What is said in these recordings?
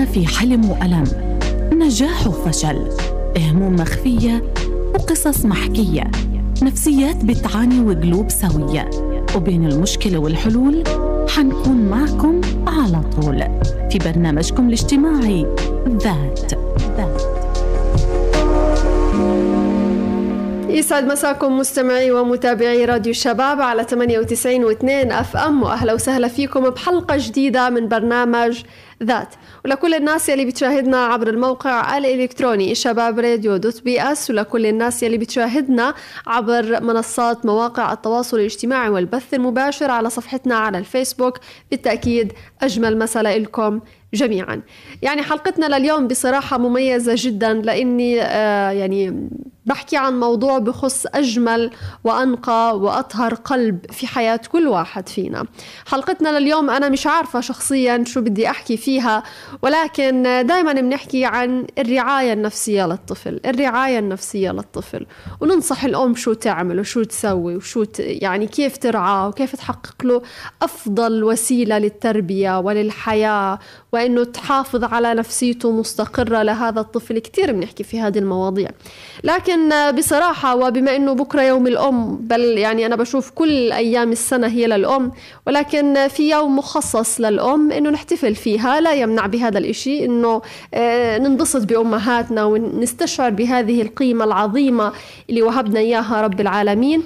في حلم وألم، نجاح وفشل، هموم مخفية وقصص محكية، نفسيات بتعاني وقلوب سوية، وبين المشكلة والحلول حنكون معكم على طول في برنامجكم الاجتماعي ذات. يسعد مساكم مستمعي ومتابعي راديو الشباب على 98.2 FM، وأهلا وسهلا فيكم بحلقة جديدة من برنامج ذات. ولكل الناس يلي بتشاهدنا عبر الموقع الإلكتروني shababradio.bs، ولكل الناس يلي بتشاهدنا عبر منصات مواقع التواصل الاجتماعي والبث المباشر على صفحتنا على الفيسبوك، بالتأكيد أجمل مساء لكم جميعا. يعني حلقتنا لليوم بصراحة مميزة جدا، لأني يعني بحكي عن موضوع بخص أجمل وأنقى وأطهر قلب في حياة كل واحد فينا. حلقتنا لليوم أنا مش عارفة شخصيا شو بدي أحكي فيها، ولكن دايما بنحكي عن الرعاية النفسية للطفل، الرعاية النفسية للطفل، وننصح الأم شو تعمل وشو تسوي وشو يعني كيف ترعاه وكيف تحقق له أفضل وسيلة للتربية وللحياة، وإنه تحافظ على نفسيته مستقرة لهذا الطفل. كتير بنحكي في هذه المواضيع، لكن بصراحة وبما إنه بكرة يوم الأم، بل يعني أنا بشوف كل أيام السنة هي للأم، ولكن في يوم مخصص للأم إنه نحتفل فيها، لا يمنع بهذا الإشي إنه ننبسط بأمهاتنا ونستشعر بهذه القيمة العظيمة اللي وهبنا إياها رب العالمين.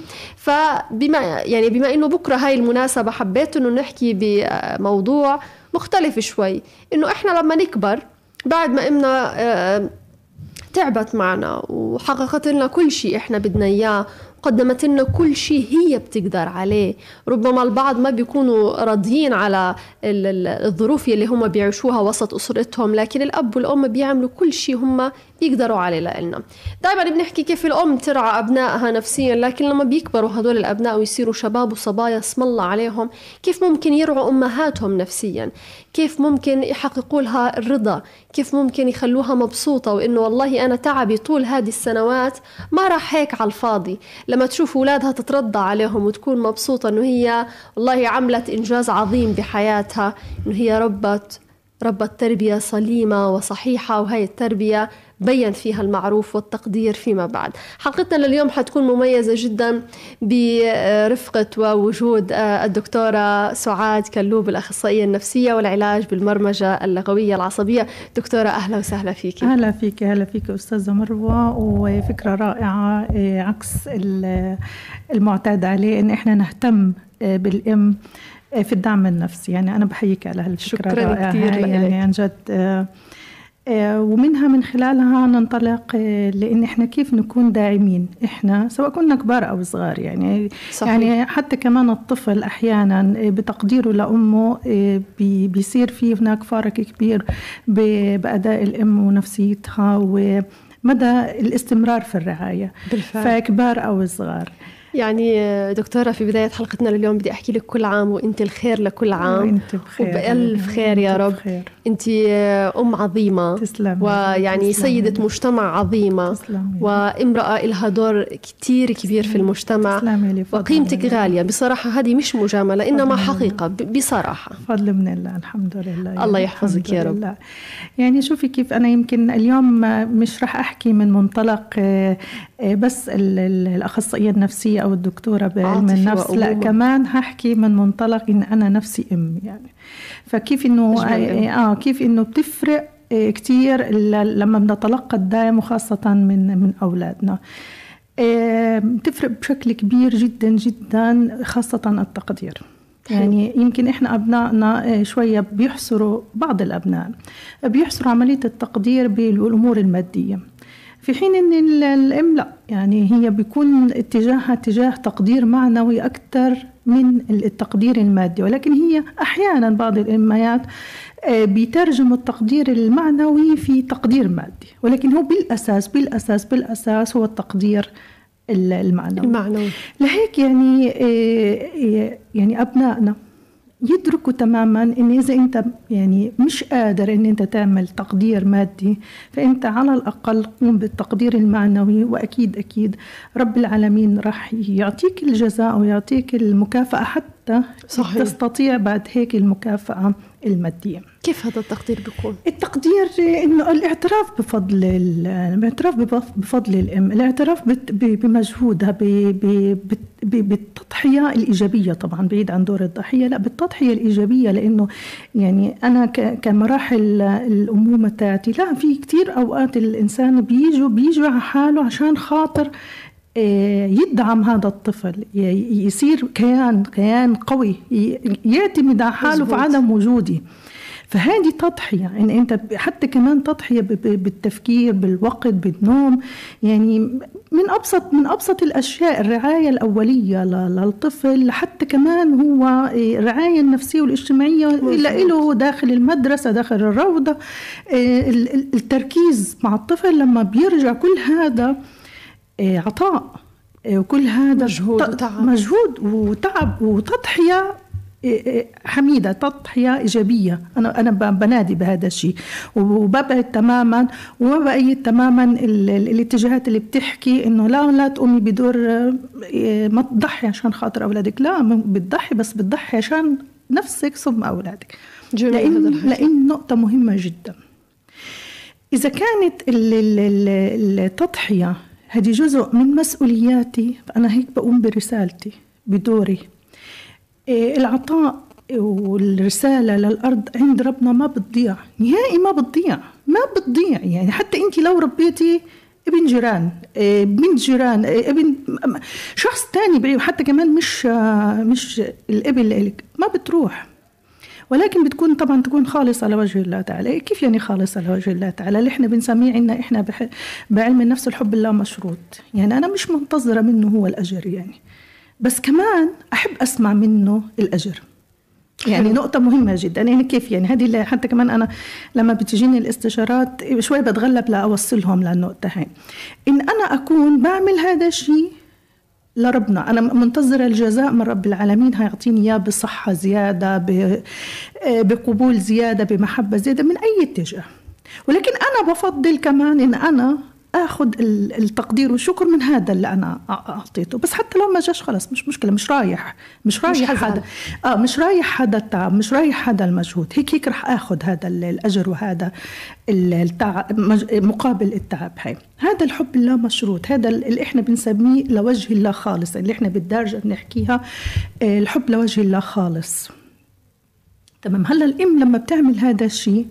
فبما إنه بكرة هاي المناسبة حبيت إنه نحكي بموضوع مختلف شوي، إنه إحنا لما نكبر بعد ما إمنا تعبت معنا وحققت لنا كل شيء إحنا بدنا إياه، قدمت لنا كل شيء هي بتقدر عليه. ربما البعض ما بيكونوا راضيين على الظروف اللي هم بيعيشوها وسط أسرتهم، لكن الأب والأم بيعملوا كل شيء هم بيقدروا عليه لنا. دائما بنحكي كيف الأم ترعى أبنائها نفسيا، لكن لما بيكبروا هدول الأبناء ويصيروا شباب وصبايا اسم الله عليهم، كيف ممكن يرعوا أمهاتهم نفسيا؟ كيف ممكن يحققوا لها الرضا؟ كيف ممكن يخلوها مبسوطة، وإنه والله أنا تعبي طول هذه السنوات ما راح هيك على الفاضي. لما تشوف أولادها تترضى عليهم وتكون مبسوطة إنه هي والله عملت إنجاز عظيم بحياتها، إنه هي ربت تربية سليمة وصحيحة، وهي التربية بين فيها المعروف والتقدير فيما بعد. حلقتنا لليوم حتكون مميزة جدا برفقة ووجود الدكتورة سعاد كلوب، الأخصائية النفسية والعلاج بالبرمجة اللغوية العصبية. دكتورة أهلا وسهلا فيك. أهلا فيك أستاذة مروة، وفكرة رائعة عكس المعتاد عليه إن إحنا نهتم بالأم في الدعم النفسي. يعني أنا بحييك على هالفكرة الرائعة، يعني عن جد. ومنها من خلالها ننطلق لأن إحنا كيف نكون داعمين إحنا، سواء كنا كبار أو صغار. يعني صحيح. يعني حتى كمان الطفل أحيانا بتقديره لأمه بيصير فيه هناك فارق كبير بأداء الأم ونفسيتها ومدى الاستمرار في الرعاية بالفعل، فكبار أو صغار. يعني دكتورة، في بداية حلقتنا اليوم بدي أحكي لك كل عام وإنت الخير لكل عام، وإنت بخير وبألف خير يا رب. أنت أم عظيمة، تسلمي. ويعني سيدة مجتمع عظيمة، تسلمي. وامرأة إلها دور كتير كبير في المجتمع، وقيمتك غالية بصراحة. هذه مش مجاملة إنما حقيقة بصراحة. فضل من الله، الحمد لله. الله يحفظك يا رب. يعني شوفي كيف أنا يمكن اليوم مش رح أحكي من منطلق بس الأخصائية النفسية أو الدكتورة بعلم النفس، لا كمان هحكي من منطلق إن أنا نفسي أم. يعني فكيف إنه كيف إنه بتفرق كتير لما بنتلقى الدعم، وخاصة من أولادنا. بتفرق بشكل كبير جدا جدا، خاصة التقدير. يعني يمكن إحنا أبنائنا شوية بيحصروا، بعض الأبناء بيحصروا عملية التقدير بالأمور المادية، في حين إن الأم لا، يعني هي بيكون اتجاهها اتجاه تقدير معنوي أكثر من التقدير المادي. ولكن هي أحيانا بعض الأمهات بيترجموا التقدير المعنوي في تقدير مادي، ولكن هو بالأساس هو التقدير المعنوي. لهيك يعني أبنائنا يدركوا تماما إن إذا أنت يعني مش قادر إن أنت تعمل تقدير مادي، فأنت على الأقل قوم بالتقدير المعنوي، وأكيد رب العالمين راح يعطيك الجزاء ويعطيك المكافأة حتى حتى صحيح. تستطيع بعد هيك المكافأة المادية. كيف هذا التقدير بيكون؟ التقدير إنه الاعتراف بفضل الأم، الاعتراف بمجهودها، بالتضحية الإيجابية، طبعا بعيد عن دور الضحية، لا بالتضحية الإيجابية. لأنه يعني أنا كمراحل الأمومة تاعتي، لا في كتير أوقات الإنسان بيجوا على حاله عشان خاطر يدعم هذا الطفل، يصير كيان قوي يعتمد على حاله في عدم وجودي. فهذه تضحية، إن أنت حتى كمان تضحية بالتفكير، بالوقت، بالنوم. يعني من أبسط الأشياء الرعاية الأولية للطفل، حتى كمان هو الرعاية النفسية والاجتماعية له داخل المدرسة، داخل الروضة، التركيز مع الطفل لما بيرجع كل هذا عطاء، وكل هذا مجهود وتعب وتضحية حميدة، تضحية إيجابية. أنا بنادي بهذا الشيء، وببعد تماما وبأيد تماما الاتجاهات اللي بتحكي إنه لا تقومي بدور، ما تضحي عشان خاطر أولادك، لا بتضحي، بس بتضحي عشان نفسك ثم أولادك. لأن نقطة مهمة جدا، إذا كانت التضحية هذه جزء من مسؤولياتي، فأنا هيك بقوم برسالتي، بدوري. العطاء والرسالة للأرض عند ربنا ما بتضيع نهائي، ما بتضيع. يعني حتى أنت لو ربيتي ابن جيران، بنت جيران، ابن شخص تاني بعيد، حتى كمان مش الابن لك، ما بتروح، ولكن بتكون طبعا تكون خالصة لوجه الله تعالى. كيف يعني خالصة لوجه الله تعالى؟ اللي احنا بنسميه عنا احنا بعلم النفس الحب اللا مشروط. يعني أنا مش منتظرة منه هو الأجر، يعني بس كمان أحب أسمع منه الأجر. يعني نقطة مهمة جدا. يعني كيف يعني هذه حتى كمان أنا لما بتجيني الاستشارات شوي بتغلب لأوصلهم للنقطة هاي، إن أنا أكون بعمل هذا الشيء لربنا، أنا منتظرة الجزاء من رب العالمين، هيعطيني إياه بصحة زيادة، بقبول زيادة، بمحبة زيادة من أي اتجاه. ولكن أنا بفضل كمان إن أنا أخذ التقدير والشكر من هذا اللي أنا أعطيته، بس حتى لو ما جاش خلاص مش مشكلة، مش رايح هذا مش رايح هذا التعب، مش رايح هذا المجهود، هيك رح أخذ هذا الأجر وهذا التعب مقابل التعب. هذا الحب اللا مشروط، هذا اللي إحنا بنسميه لوجه الله خالص، اللي إحنا بالدارجة بنحكيها الحب لوجه الله خالص. تمام. هلا الأم لما بتعمل هذا الشيء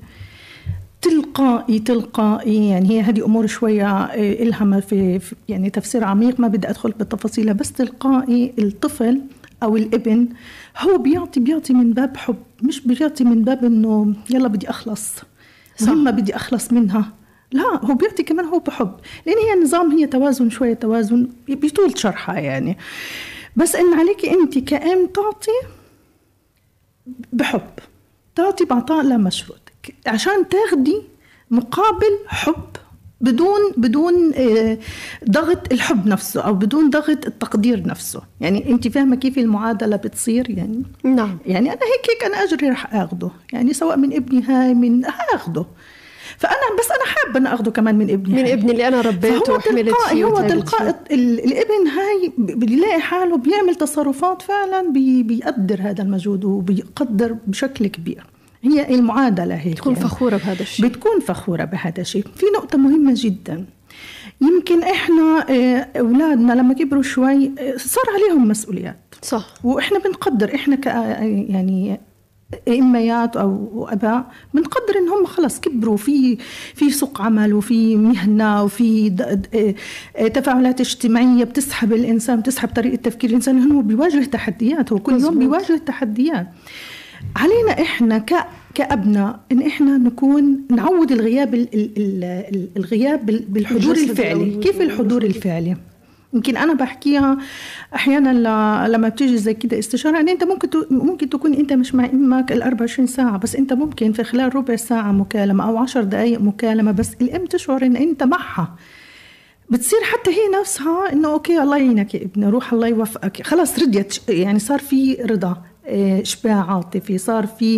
تلقائي يعني هي هذه أمور شوية إلها في يعني تفسير عميق، ما بدي أدخل بالتفاصيل، بس تلقائي الطفل أو الابن هو بيعطي من باب حب، مش بيعطي من باب إنه يلا بدي أخلص، ما بدي أخلص منها، لا هو بيعطي كمان هو بحب، لأن هي النظام هي توازن، شوية توازن بيطول شرحها يعني. بس إن عليك أنت كأم تعطي بحب، تعطي بعطاء لا مشروط، عشان تاخدي مقابل حب بدون ضغط الحب نفسه أو بدون ضغط التقدير نفسه. يعني أنت فاهمة كيف المعادلة بتصير؟ يعني نعم. يعني أنا هيك أنا أجري رح أخده، يعني سواء من ابني هاي من أخده، فأنا حابة أن أخده كمان من ابني اللي أنا ربيته وحملت فيه. هو تلقاء الابن هاي بيلاقي حاله بيعمل تصرفات فعلا بيقدر هذا المجهود وبيقدر بشكل كبير. هي المعادلة هيك، تكون يعني فخورة بهذا الشيء، بتكون فخورة بهذا الشيء. في نقطة مهمة جدا، يمكن إحنا أولادنا لما كبروا شوي صار عليهم مسؤوليات، صح، وإحنا بنقدر إحنا يعني إميات أو أباء بنقدر إن هم خلاص كبروا في سوق عمل وفي مهنة وفي تفاعلات اجتماعية بتسحب الإنسان، بتسحب طريقة تفكير الإنسان، هو بيواجه تحديات، هو كل يوم بيواجه تحديات. علينا إحنا كأبناء إن إحنا نعود الغياب بالحضور الفعلي. كيف الحضور الفعلي؟ يمكن أنا بحكيها أحيانا لما بتيجي زي كده استشارة، إن أنت ممكن تكون أنت مش مع إمك 24 ساعة، بس أنت ممكن في خلال ربع ساعة مكالمة أو 10 دقايق مكالمة، بس الأم تشعر إن أنت معها، بتصير حتى هي نفسها إنه أوكي الله يعينك يا ابني، روح الله يوفقك، خلاص رضيت، يعني صار في رضا. إشباع عاطفي، صار في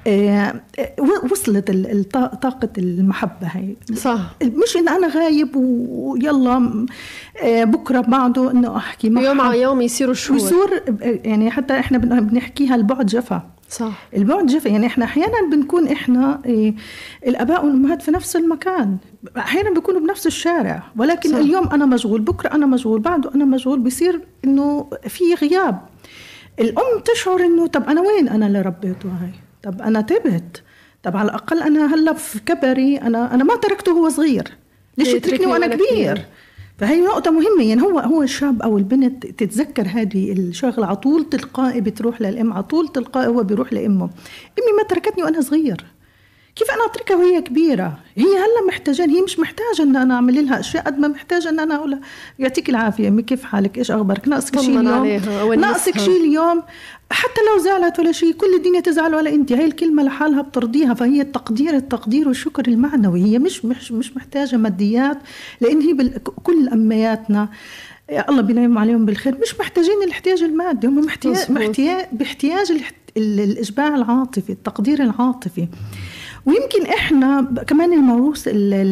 وصلت طاقة المحبة هاي. صح. مش إن أنا غايب ويلا بكرة بعده إنه أحكي معه، يوم على يوم يصيروا شهور. يعني حتى إحنا بنحكيها البعد جفا. صح. البعد جفا، يعني إحنا أحيانا بنكون إحنا الآباء والأمهات في نفس المكان، أحيانا بيكونوا بنفس الشارع، ولكن صح. اليوم أنا مشغول، بكرة أنا مشغول، بعده أنا مشغول، بيصير إنه في غياب. الأم تشعر إنه طب أنا وين أنا اللي ربيته هاي؟ طب أنا تبت، طب على الأقل أنا هلا في كبري، أنا ما تركته هو صغير، ليش يتركني وأنا كبير؟ فهي نقطة مهمة. يعني هو الشاب أو البنت تتذكر هذه الشغلة على طول تلقائي، بتروح للأم على طول تلقائي، هو بيروح لأمه. أمي ما تركتني وأنا صغير، كيف أنا أتركها وهي كبيرة؟ هي هلا محتاجة، هي مش محتاجة إن أنا أعمل لها أشياء قد ما محتاجة إن أنا أقولها يعطيك العافية أمي، كيف حالك؟ إيش أخبارك؟ ناقصك شيء اليوم؟ ناقصك شيء اليوم؟ حتى لو زعلت ولا شيء، كل الدنيا تزعل ولا أنت، هاي الكلمة لحالها بترضيها. فهي التقدير والشكر المعنوي، هي مش محتاجة ماديات، لأن هي كل أمياتنا الله بينعم عليهم بالخير مش محتاجين الاحتياج المادي، هم باحتياج الإشباع العاطفي، التقدير العاطفي. ويمكن إحنا كمان الموروث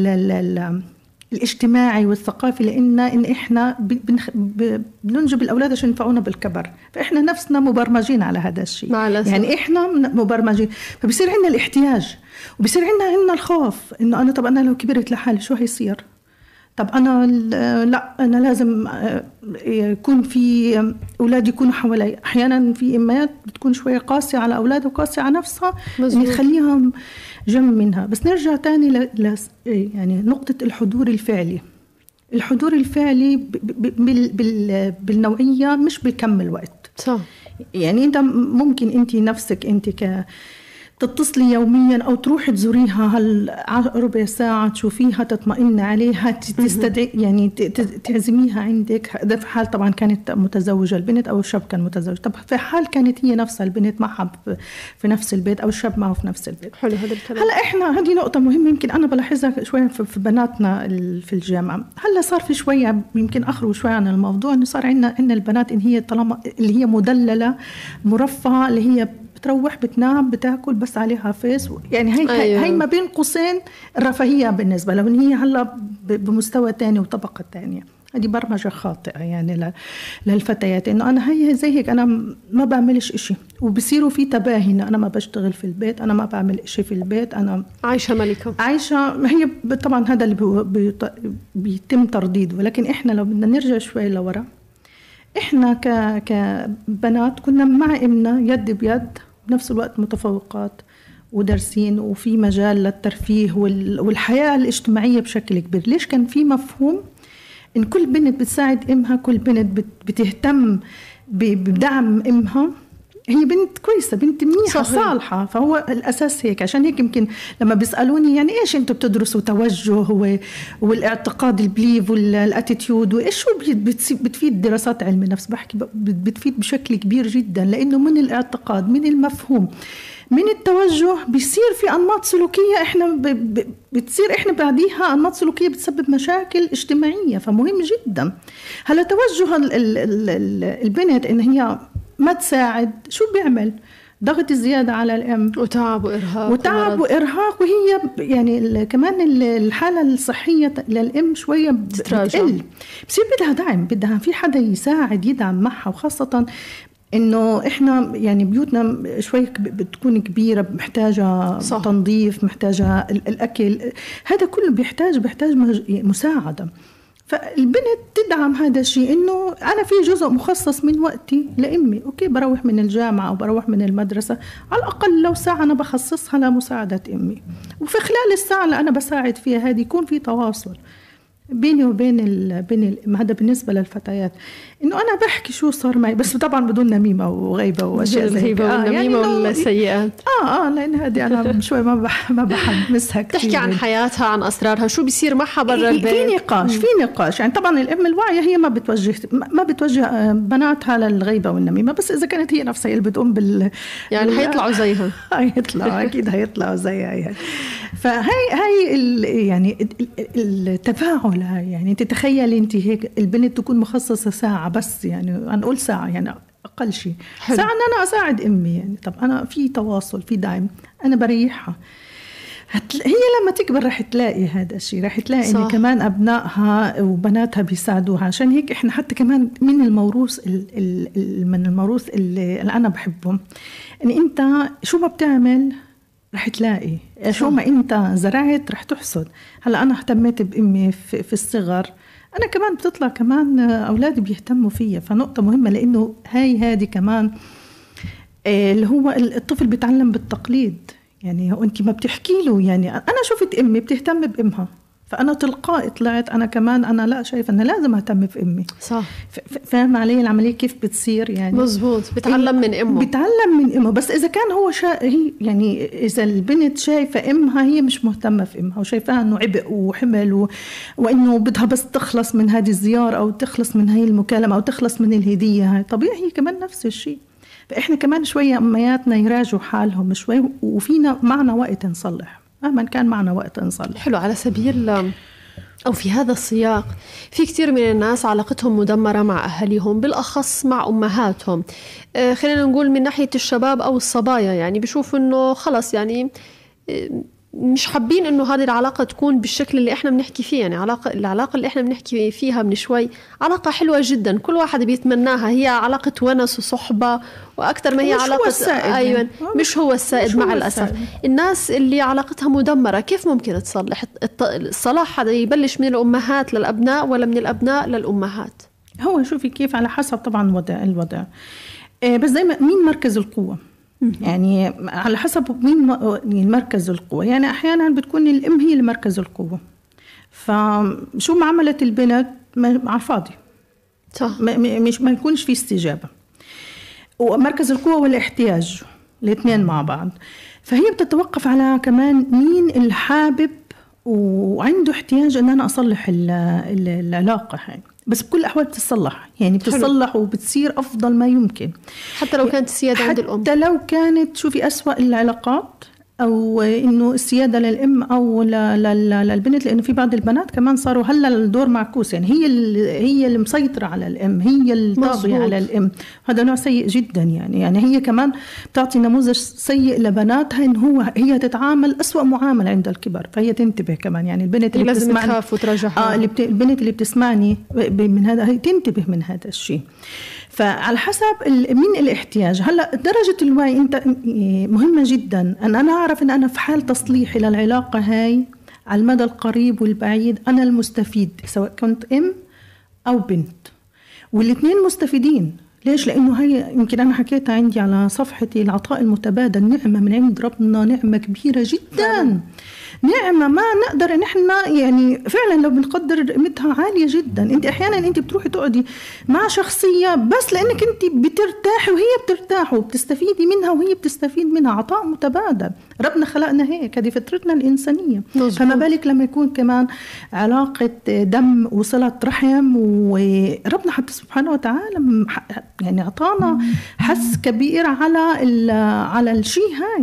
الاجتماعي والثقافي، لأن إحنا بننجب الأولاد عشان ينفعونا بالكبر، فإحنا نفسنا مبرمجين على هذا الشيء. يعني إحنا مبرمجين، فبصير عندنا الاحتياج، وبصير عندنا الخوف إنه أنا طب أنا لو كبرت لحالي شو هيصير؟ طب أنا لا، أنا لازم يكون في أولاد يكونوا حوالي. أحيانا في إمهات بتكون شوية قاسية على أولادها وقاسية على نفسها، إن تخليهم جنب منها. بس نرجع تاني يعني نقطة الحضور الفعلي. الحضور الفعلي بالنوعية مش بيكمل وقت. صح. يعني أنت ممكن أنت نفسك أنت تتصلي يوميا أو تروحي تزوريها ربع ساعة تشوفيها تطمئن عليها تستدعي، يعني تعزميها عندك. هذا في حال طبعا كانت متزوجة البنت أو الشاب كان متزوج. طب في حال كانت هي نفسها البنت معها في نفس البيت أو الشاب معه في نفس البيت. حلو هذا الكلام. هلا إحنا هذه نقطة مهمة يمكن أنا بلاحظها شوية في بناتنا في الجامعة. هلا صار في شوية يمكن أخرج شوية عن الموضوع، إنه صار عندنا البنات إن هي طالما اللي هي مدللة مرفهة، اللي هي بتروح بتنام بتاكل بس عليها فيس، يعني هي ما بين قوسين الرفاهية بالنسبة لها، إن هي هلا بمستوى تاني وطبقة تانية. هذه برمجة خاطئة يعني للفتيات، إنه أنا هي زي هيك، أنا ما بعملش إشي، وبصيروا في تباهي إنه أنا ما بشتغل في البيت، أنا ما بعمل إشي في البيت، أنا عايشة ملكة عايشة. هي طبعا هذا اللي بيتم ترديده. ولكن إحنا لو بدنا نرجع شوي لورا، إحنا كبنات كنا مع إمنا يد بيد، بنفس الوقت متفوقات ودرسين، وفي مجال للترفيه والحياة الاجتماعية بشكل كبير. ليش كان في مفهوم إن كل بنت بتساعد إمها، كل بنت بتهتم بدعم إمها، هي بنت كويسة، بنت منيحة صالحة. فهو الأساس هيك. عشان هيك يمكن لما بيسألوني يعني إيش أنتوا بتدرسوا توجه والاعتقاد البليف والاتيتيود وإيش هو بتفيد دراسات علم النفس، بحكي بتفيد بشكل كبير جدا، لأنه من الاعتقاد، من المفهوم، من التوجه بيصير في أنماط سلوكية إحنا بتصير إحنا بعديها أنماط سلوكية بتسبب مشاكل اجتماعية. فمهم جدا هلا توجه البنت إن هي ما تساعد، شو بيعمل؟ ضغط زيادة على الأم، وتعب وإرهاق، وهي يعني كمان الحالة الصحية للأم شوية بتقل، بصير بدها دعم، بدها في حدا يساعد يدعم معها. وخاصة إنه إحنا يعني بيوتنا شوي بتكون كبيرة، محتاجة صح. تنظيف، محتاجة الأكل، هذا كله بيحتاج مساعدة. فالبنت تدعم هذا الشيء، إنه أنا في جزء مخصص من وقتي لأمي، أوكي بروح من الجامعة أو بروح من المدرسة، على الأقل لو ساعة أنا بخصصها لمساعدة أمي، وفي خلال الساعة اللي أنا بساعد فيها هذه يكون في تواصل بيني وبين هذا بالنسبة للفتيات، إنه أنا بحكي شو صار معي، بس طبعا بدون نميمة وغيبة وأشياء زي هيك. والنميمة يعني والسيئات لأن هذه أنا شوي ما بحمسها كثير. تحكي عن حياتها، عن أسرارها، شو بيصير معها برا البيت. في نقاش يعني طبعا الأم الواعية هي ما بتوجه بناتها للغيبة والنميمة، بس إذا كانت هي نفسها اللي بتقوم يعني هيطلعوا زيها أكيد هيطلعوا زيها يعني. فهي يعني التفاعل، يعني تتخيل انت هيك البنت تكون مخصصة ساعة بس، يعني هنقول ساعة، يعني أقل شيء ساعة أن أنا أساعد أمي يعني. طب أنا في تواصل، في دعم، أنا بريحها. هي لما تكبر رح تلاقي هذا الشيء، رح تلاقي إن كمان أبنائها وبناتها بيساعدوها. عشان هيك إحنا حتى كمان من الموروث اللي أنا بحبهم، إن أنت شو ما بتعمل رح تلاقي، شو ما أنت زرعت رح تحصد. هلأ أنا اهتميت بأمي في الصغر، أنا كمان بتطلع كمان أولادي بيهتموا فيها. فنقطة مهمة، لأنه هذه كمان اللي هو الطفل بيتعلم بالتقليد. يعني أنت ما بتحكي له، يعني أنا شفت أمي بتهتم بأمها، فأنا تلقائي طلعت أنا كمان أنا لا شايف أنا لازم أهتم في أمي. صح. فاهم علي العملية كيف بتصير يعني؟ مظبوط، بتعلم من أمه. بتعلم من أمه. بس إذا كان هو هي يعني إذا البنت شايفة أمها هي مش مهتمة في أمها وشايفاها إنه عبء وحمل وإنه بدها بس تخلص من هذه الزيارة أو تخلص من هاي المكالمة أو تخلص من الهدية، هاي طبيعي هي كمان نفس الشيء. فإحنا كمان شوية أمياتنا يراجعوا حالهم شوي، وفينا معنا وقت نصلح مهما كان معنا وقت نصلح. حلو. على سبيل أو في هذا السياق، في كتير من الناس علاقتهم مدمرة مع أهلهم، بالأخص مع أمهاتهم. خلينا نقول من ناحية الشباب أو الصبايا، يعني بيشوفوا إنه خلص يعني مش حابين إنه هذه العلاقة تكون بالشكل اللي إحنا بنحكي فيه. يعني العلاقة اللي إحنا بنحكي فيها من شوي علاقة حلوة جدا، كل واحد بيتمناها، هي علاقة ونس وصحبة وأكثر ما هي علاقة. أيوة، مش هو السائد مع الأسف. الناس اللي علاقتها مدمرة كيف ممكن تصلح؟ الصلاح هذا يبلش من الأمهات للأبناء ولا من الأبناء للأمهات؟ هو شوفي كيف على حسب طبعا الوضع. بس زي ما مين مركز القوة، يعني على حسب مين مركز القوة. يعني أحيانا بتكون الأم هي اللي مركز القوة، فشو ما عملت البنت على الفاضي، صح، مش ما يكونش في استجابة. ومركز القوة والاحتياج الاثنين مع بعض. فهي بتتوقف على كمان مين الحابب وعنده احتياج أن أنا أصلح العلاقة هاي. بس بكل الأحوال بتتصلح، يعني بتتصلح وبتصير أفضل ما يمكن، حتى لو كانت السيادة عند الأم، حتى لو كانت شوفي أسوأ العلاقات أو إنه السيادة للأم أو للبنت. لأنه في بعض البنات كمان صاروا هلا الدور معكوس، يعني هي اللي مسيطرة على الأم، هي الطاغية على الأم. هذا نوع سيء جدا. يعني هي كمان بتعطي نموذج سيء لبناتها، إن هي تتعامل أسوأ معاملة عند الكبر. فهي تنتبه كمان، يعني البنت اللي لازم تخاف وترجعها. البنت اللي بتسمعني من هذا هي تنتبه من هذا الشيء. فعلى حسب من الاحتياج. هلا درجة الوعي انت مهمة جدا، ان انا اعرف ان انا في حال تصليحي للعلاقة هاي على المدى القريب والبعيد انا المستفيد، سواء كنت ام او بنت، والاثنين مستفيدين. ليش؟ لانه هي يمكن انا حكيتها عندي على صفحتي، العطاء المتبادل نعمة من عند ربنا، نعمة كبيرة جدا، نعمة ما نقدر ان احنا يعني فعلا لو بنقدر قيمتها عالية جدا. انت احيانا انت بتروحي تقعدي مع شخصية بس لانك انت بترتاحي وهي بترتاح وبتستفيدي منها وهي بتستفيد منها، عطاء متبادل. ربنا خلقنا هيك، هذه فطرتنا الإنسانية. فما بالك لما يكون كمان علاقة دم وصلة رحم، وربنا حتى سبحانه وتعالى يعني عطانا حس كبير على الشيء هاي.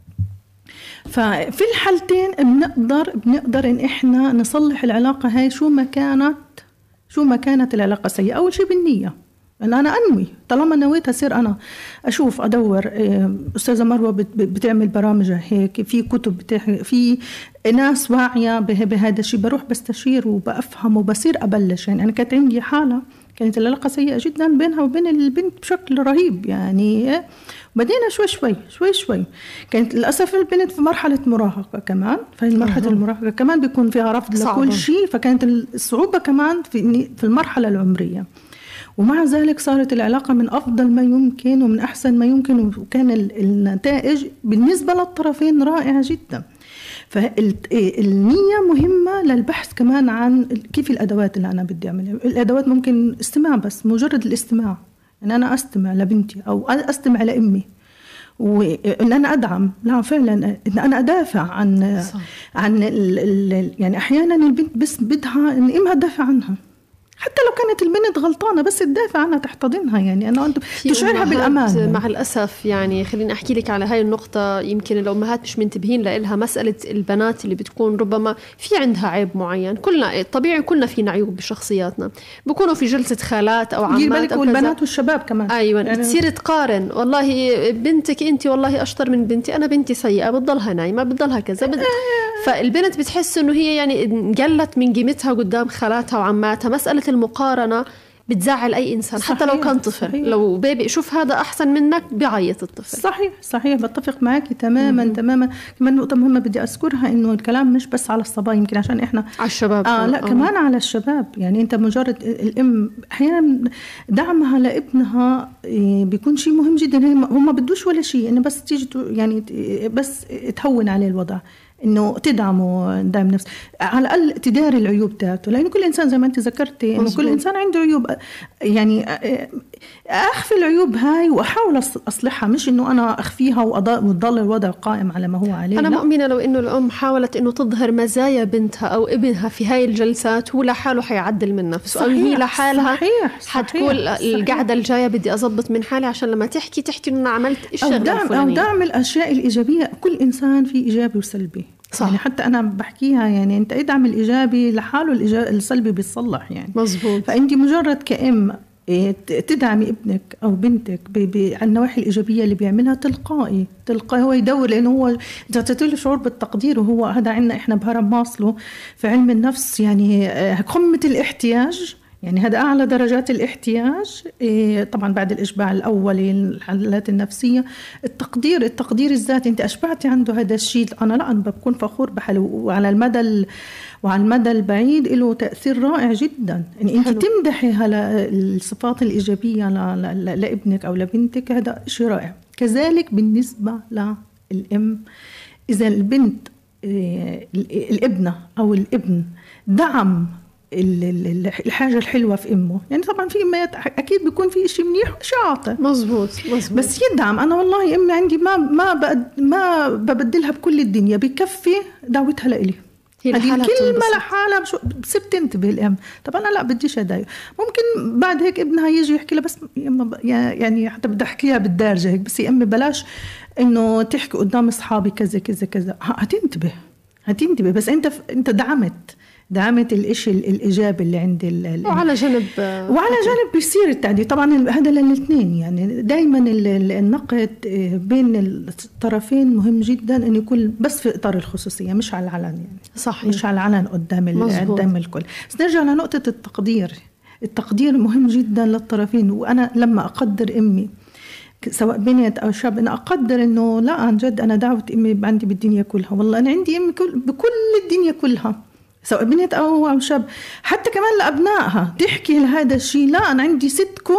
ففي الحالتين بنقدر ان احنا نصلح العلاقة هاي شو ما كانت العلاقة سيئة. اول شيء بالنية، ان انا انوي، طالما نويت اصير انا اشوف ادور. استاذة مروة بتعمل برامج هيك، في كتب في ناس واعية بهذا الشيء، بروح بستشير وبفهم وبصير ابلش. يعني انا كانت عندي حالة كانت العلاقة سيئة جدا بينها وبين البنت بشكل رهيب، يعني بدينا شوي. كانت للأسف البنت في مرحلة مراهقة كمان، فهي مرحلة المراهقة كمان بيكون فيها رفض لكل شيء، فكانت الصعوبة كمان في المرحلة العمرية. ومع ذلك صارت العلاقة من أفضل ما يمكن ومن أحسن ما يمكن، وكان النتائج بالنسبة للطرفين رائعة جدا. فالنية مهمة للبحث كمان عن كيف الأدوات اللي أنا بدي أعملها. الأدوات ممكن استماع، بس مجرد الاستماع، إن أنا أستمع لبنتي أو أستمع لأمي، وإن أنا أدعم، لا فعلا إن أنا أدافع عن يعني أحيانا البنت بس بدها إن أمها تدافع عنها، حتى لو كانت البنت غلطانة بس تدافع عنها تحتضنها، يعني أنا أنت تشعرها بالأمان يعني. مع الأسف يعني خليني أحكي لك على هاي النقطة، يمكن الأمهات مش منتبهين لها. مسألة البنات اللي بتكون ربما في عندها عيب معين، كلنا طبيعي كلنا فينا عيوب بشخصياتنا، بكونوا في جلسة خالات أو عمات أو والبنات والشباب كمان. أيوة يعني تصير تقارن، والله بنتك أنت والله أشطر من بنتي، أنا بنتي سيئة بتضلها نايمة بتضلها كذا فالبنت بتحس إنه هي يعني قلت من قيمتها قدام خالاتها وعماتها. مسألة المقارنة بتزعل أي إنسان، صحيح. حتى لو كان طفل، صحيح. لو بيبي شوف هذا أحسن منك بيعيط الطفل. صحيح بتفق معك تماما. كمان نقطة مهمة بدي أذكرها، إنه الكلام مش بس على الصبايا، يمكن عشان إحنا على الشباب لا كمان على الشباب. يعني أنت مجرد الأم أحيانا دعمها لابنها بيكون شيء مهم جدا. هم ما بدوش ولا شيء، إنه بس تيجي يعني بس تهون عليه الوضع، إنه تدعمه دعم نفس، على الأقل تداري العيوب تاعته، لأنه كل إنسان زي ما أنت ذكرتي إنه كل إنسان عنده عيوب. يعني أخفي العيوب هاي وأحاول أصلحها، مش إنه أنا أخفيها وتضل الوضع قائم على ما هو عليه. أنا مؤمنة لو إنه الأم حاولت إنه تظهر مزايا بنتها أو ابنها في هاي الجلسات، هو لحاله حيعدل من نفسه. صحيح. أو هي لحالها حتقول القعدة الجاية بدي أضبط من حالي عشان لما تحكي إنه أنا عملت الشغلة الفلانية. أو دعم الأشياء الإيجابية. كل إنسان فيه إيجابي وسلبي. صح. يعني حتى أنا بحكيها، يعني أنت ادعم الإيجابي لحاله، السلبي بيتصلح يعني. مظبوط. فأنت مجرد كأم تدعمي ابنك أو بنتك على النواحي الإيجابية اللي بيعملها، تلقائي هو يدور، لأنه هو تعطيله شعور بالتقدير. وهو هذا عنا إحنا بهرم ماسلو في علم النفس، يعني قمة الاحتياج، يعني هذا أعلى درجات الاحتياج. طبعا بعد الإشباع الأولي الحالات النفسية، التقدير الذاتي. أنت أشبعتي عنده هذا الشيء، أنا بكون فخور بحاله. وعلى المدى البعيد له تأثير رائع جدا. يعني أنت تمدحي الصفات الإيجابية لابنك أو لبنتك، هذا شيء رائع. كذلك بالنسبة للأم، إذا البنت الابنة أو الابن دعم الحاجة الحلوة في أمه، يعني طبعا في أمات أكيد بيكون في إشي منيح وإشي عاطل. مظبوط. بس يدعم. أنا والله أمي عندي ما ببدلها بكل الدنيا، بكفي دعوتها لإلي. هذه الكلمة لحالها بصير تنتبه الأم. طبعا أنا لا بديش أضايق. ممكن بعد هيك ابنها يجي يحكي لها، بس يعني حتى بدي أحكيها بالدارجة هيك، بس يا أمي بلاش إنه تحكي قدام أصحابي كذا كذا كذا. هتنتبه. بس أنت دعمت الاشي الايجابي اللي عند وعلى جانب بيصير التعديل. طبعا هذا للاثنين، يعني دائما النقد بين الطرفين مهم جدا انه يكون بس في اطار الخصوصيه، مش على العلن. يعني صحيح. مش على العلن قدام الكل. بس نرجع لنقطه التقدير مهم جدا للطرفين. وانا لما اقدر امي سواء بنت أو شاب، أنا أقدر إنه لا عن جد أنا دعوة أمي عندي بالدنيا كلها. والله أنا عندي أمي بكل الدنيا كلها، سواء بنت أو شاب. حتى كمان لأبنائها تحكي لهذا الشيء، لا أنا عندي ستكو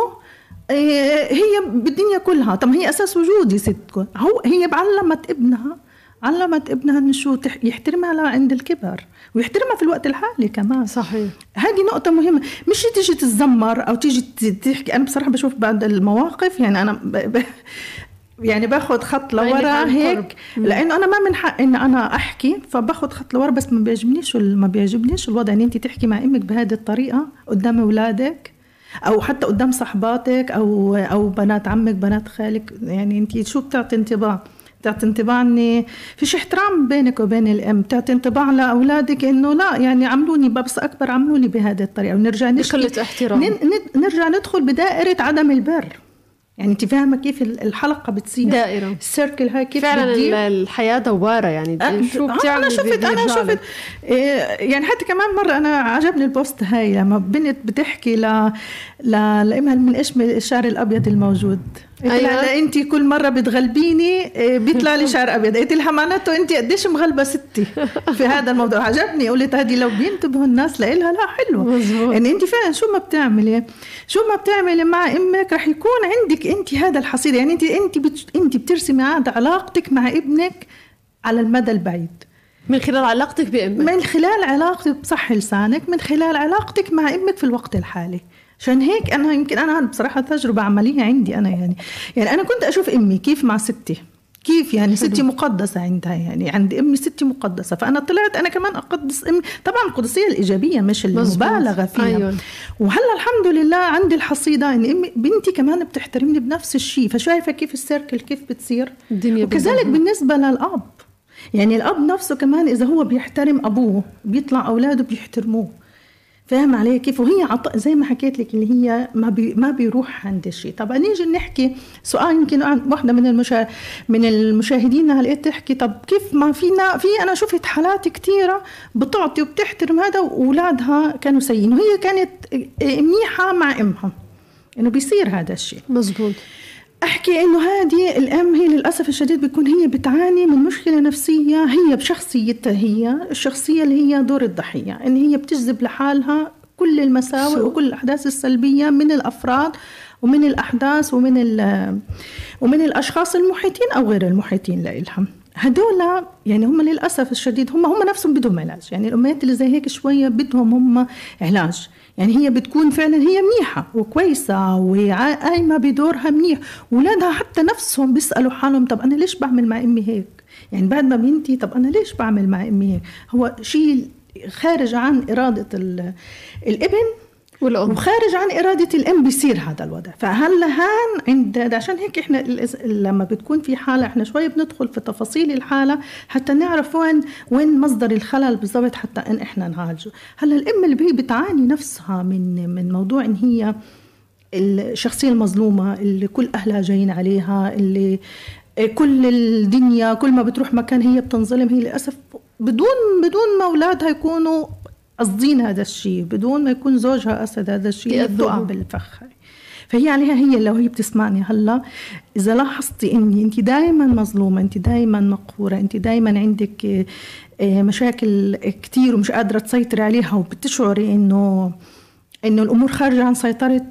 هي بالدنيا كلها. طب هي أساس وجودي ستكو. هي علمت ابنها إنه شو يحترمها عند الكبر ويحترمها في الوقت الحالي كمان. صحيح. هذه نقطة مهمة، مش تيجي تتذمر أو تيجي تحكي. أنا بصراحة بشوف بعض المواقف، يعني أنا يعني باخد خط لورا هيك، لأنه أنا ما من حق إن أنا أحكي، فباخد خط لورا. بس ما بيعجبنيش الوضع إن أنت تحكي مع أمك بهذه الطريقة قدام أولادك، أو حتى قدام صحباتك أو بنات عمك بنات خالك. يعني أنت شو بتعطي انطباع إن فيش احترام بينك وبين الأم. تعطي انطباع لأولادك إنه لا، يعني عملوني بس أكبر عملوني بهذه الطريقة، ونرجع نرجع ندخل بدائرة عدم البر. يعني انت فاهمه كيف الحلقه بتصير دائره السيركل هاي، كيف فعلا الحياه دواره. يعني شو بتعمل؟ انا شفت يعني حتى كمان مره انا عجبني البوست هاي، لما بنت بتحكي لامها من ايش الشعر الابيض الموجود. أيوة. انت كل مره بتغلبيني بيطلع لي شعر ابيض. قلت لها معناته انت قديش مغلبه ستي في هذا الموضوع. عجبني. قلت هذه لو بينتبهوا الناس لها لا حلوه. يعني انت فعلا شو ما بتعملي مع امك رح يكون عندك انت هذا الحصيله. يعني انت بترسمي علاقتك مع ابنك على المدى البعيد من خلال علاقتك بامك، من خلال علاقتك بصح لسانك، من خلال علاقتك مع ابنك في الوقت الحالي. عشان هيك أنا يمكن أنا بصراحة تجربة عملية عندي أنا، يعني أنا كنت أشوف أمي كيف مع ستي كيف يعني ستي مقدسة عندها، يعني عند أمي ستي مقدسة، فأنا طلعت أنا كمان أقدس أمي. طبعا القدسية الإيجابية مش المبالغة فيها. أيوة. وهلا الحمد لله عندي الحصيدة إن أمي بنتي كمان بتحترمني بنفس الشيء، فشايفة كيف السيركل كيف بتصير. وكذلك بالنسبة للأب، يعني الأب نفسه كمان إذا هو بيحترم أبوه بيطلع أولاده بيحترموه. فاهم علي كيف؟ وهي زي ما حكيت لك اللي هي ما بيروح عند الشيء. طب نيجي نحكي سؤال يمكن واحدة من المشاهدين لقيت تحكي طب كيف ما فينا أنا شفت حالات كتيرة بتعطي وبتحترم هذا وأولادها كانوا سيئين وهي كانت منيحة مع أمها، إنه بيصير هذا الشيء. مزبوط. أحكي إنه هذه الأم هي للأسف الشديد بيكون هي بتعاني من مشكلة نفسية هي بشخصيتها، هي الشخصية اللي هي دور الضحية، إن هي بتجذب لحالها كل المساوئ وكل الأحداث السلبية من الأفراد ومن الأحداث ومن الأشخاص المحيطين أو غير المحيطين لإلهم. هدول يعني هم للأسف الشديد هم نفسهم بدهم علاج. يعني الأمهات اللي زي هيك شوية بدهم هم علاج. يعني هي بتكون فعلا هي منيحة وكويسة وقايمة بدورها منيح، ولادها حتى نفسهم بيسألوا حالهم طب أنا ليش بعمل مع أمي هيك؟ يعني بعد ما بنتي طب أنا ليش بعمل مع أمي هيك؟ هو شيء خارج عن إرادة الابن والأم وخارج عن إرادة الأم بيصير هذا الوضع. فهلا هان عشان هيك إحنا لما بتكون في حالة إحنا شوي بندخل في تفاصيل الحالة حتى نعرف وين مصدر الخلل بالضبط حتى إن إحنا نعالجه. هلا الأم اللي هي بتعاني نفسها من موضوع إن هي الشخصية المظلومة اللي كل أهلها جايين عليها، اللي كل الدنيا كل ما بتروح مكان هي بتنظلم، هي للأسف بدون ما أولادها يكونوا قصدين هذا الشيء، بدون ما يكون زوجها قصد هذا الشيء تقع بالفخ. فهي عليها هي لو هي بتسمعني هلا إذا لاحظتي إني أنت دائما مظلومة، أنت دائما مقهورة، أنت دائما عندك مشاكل كتير ومش قادرة تسيطري عليها وبتشعري إنه الأمور خارجة عن سيطرة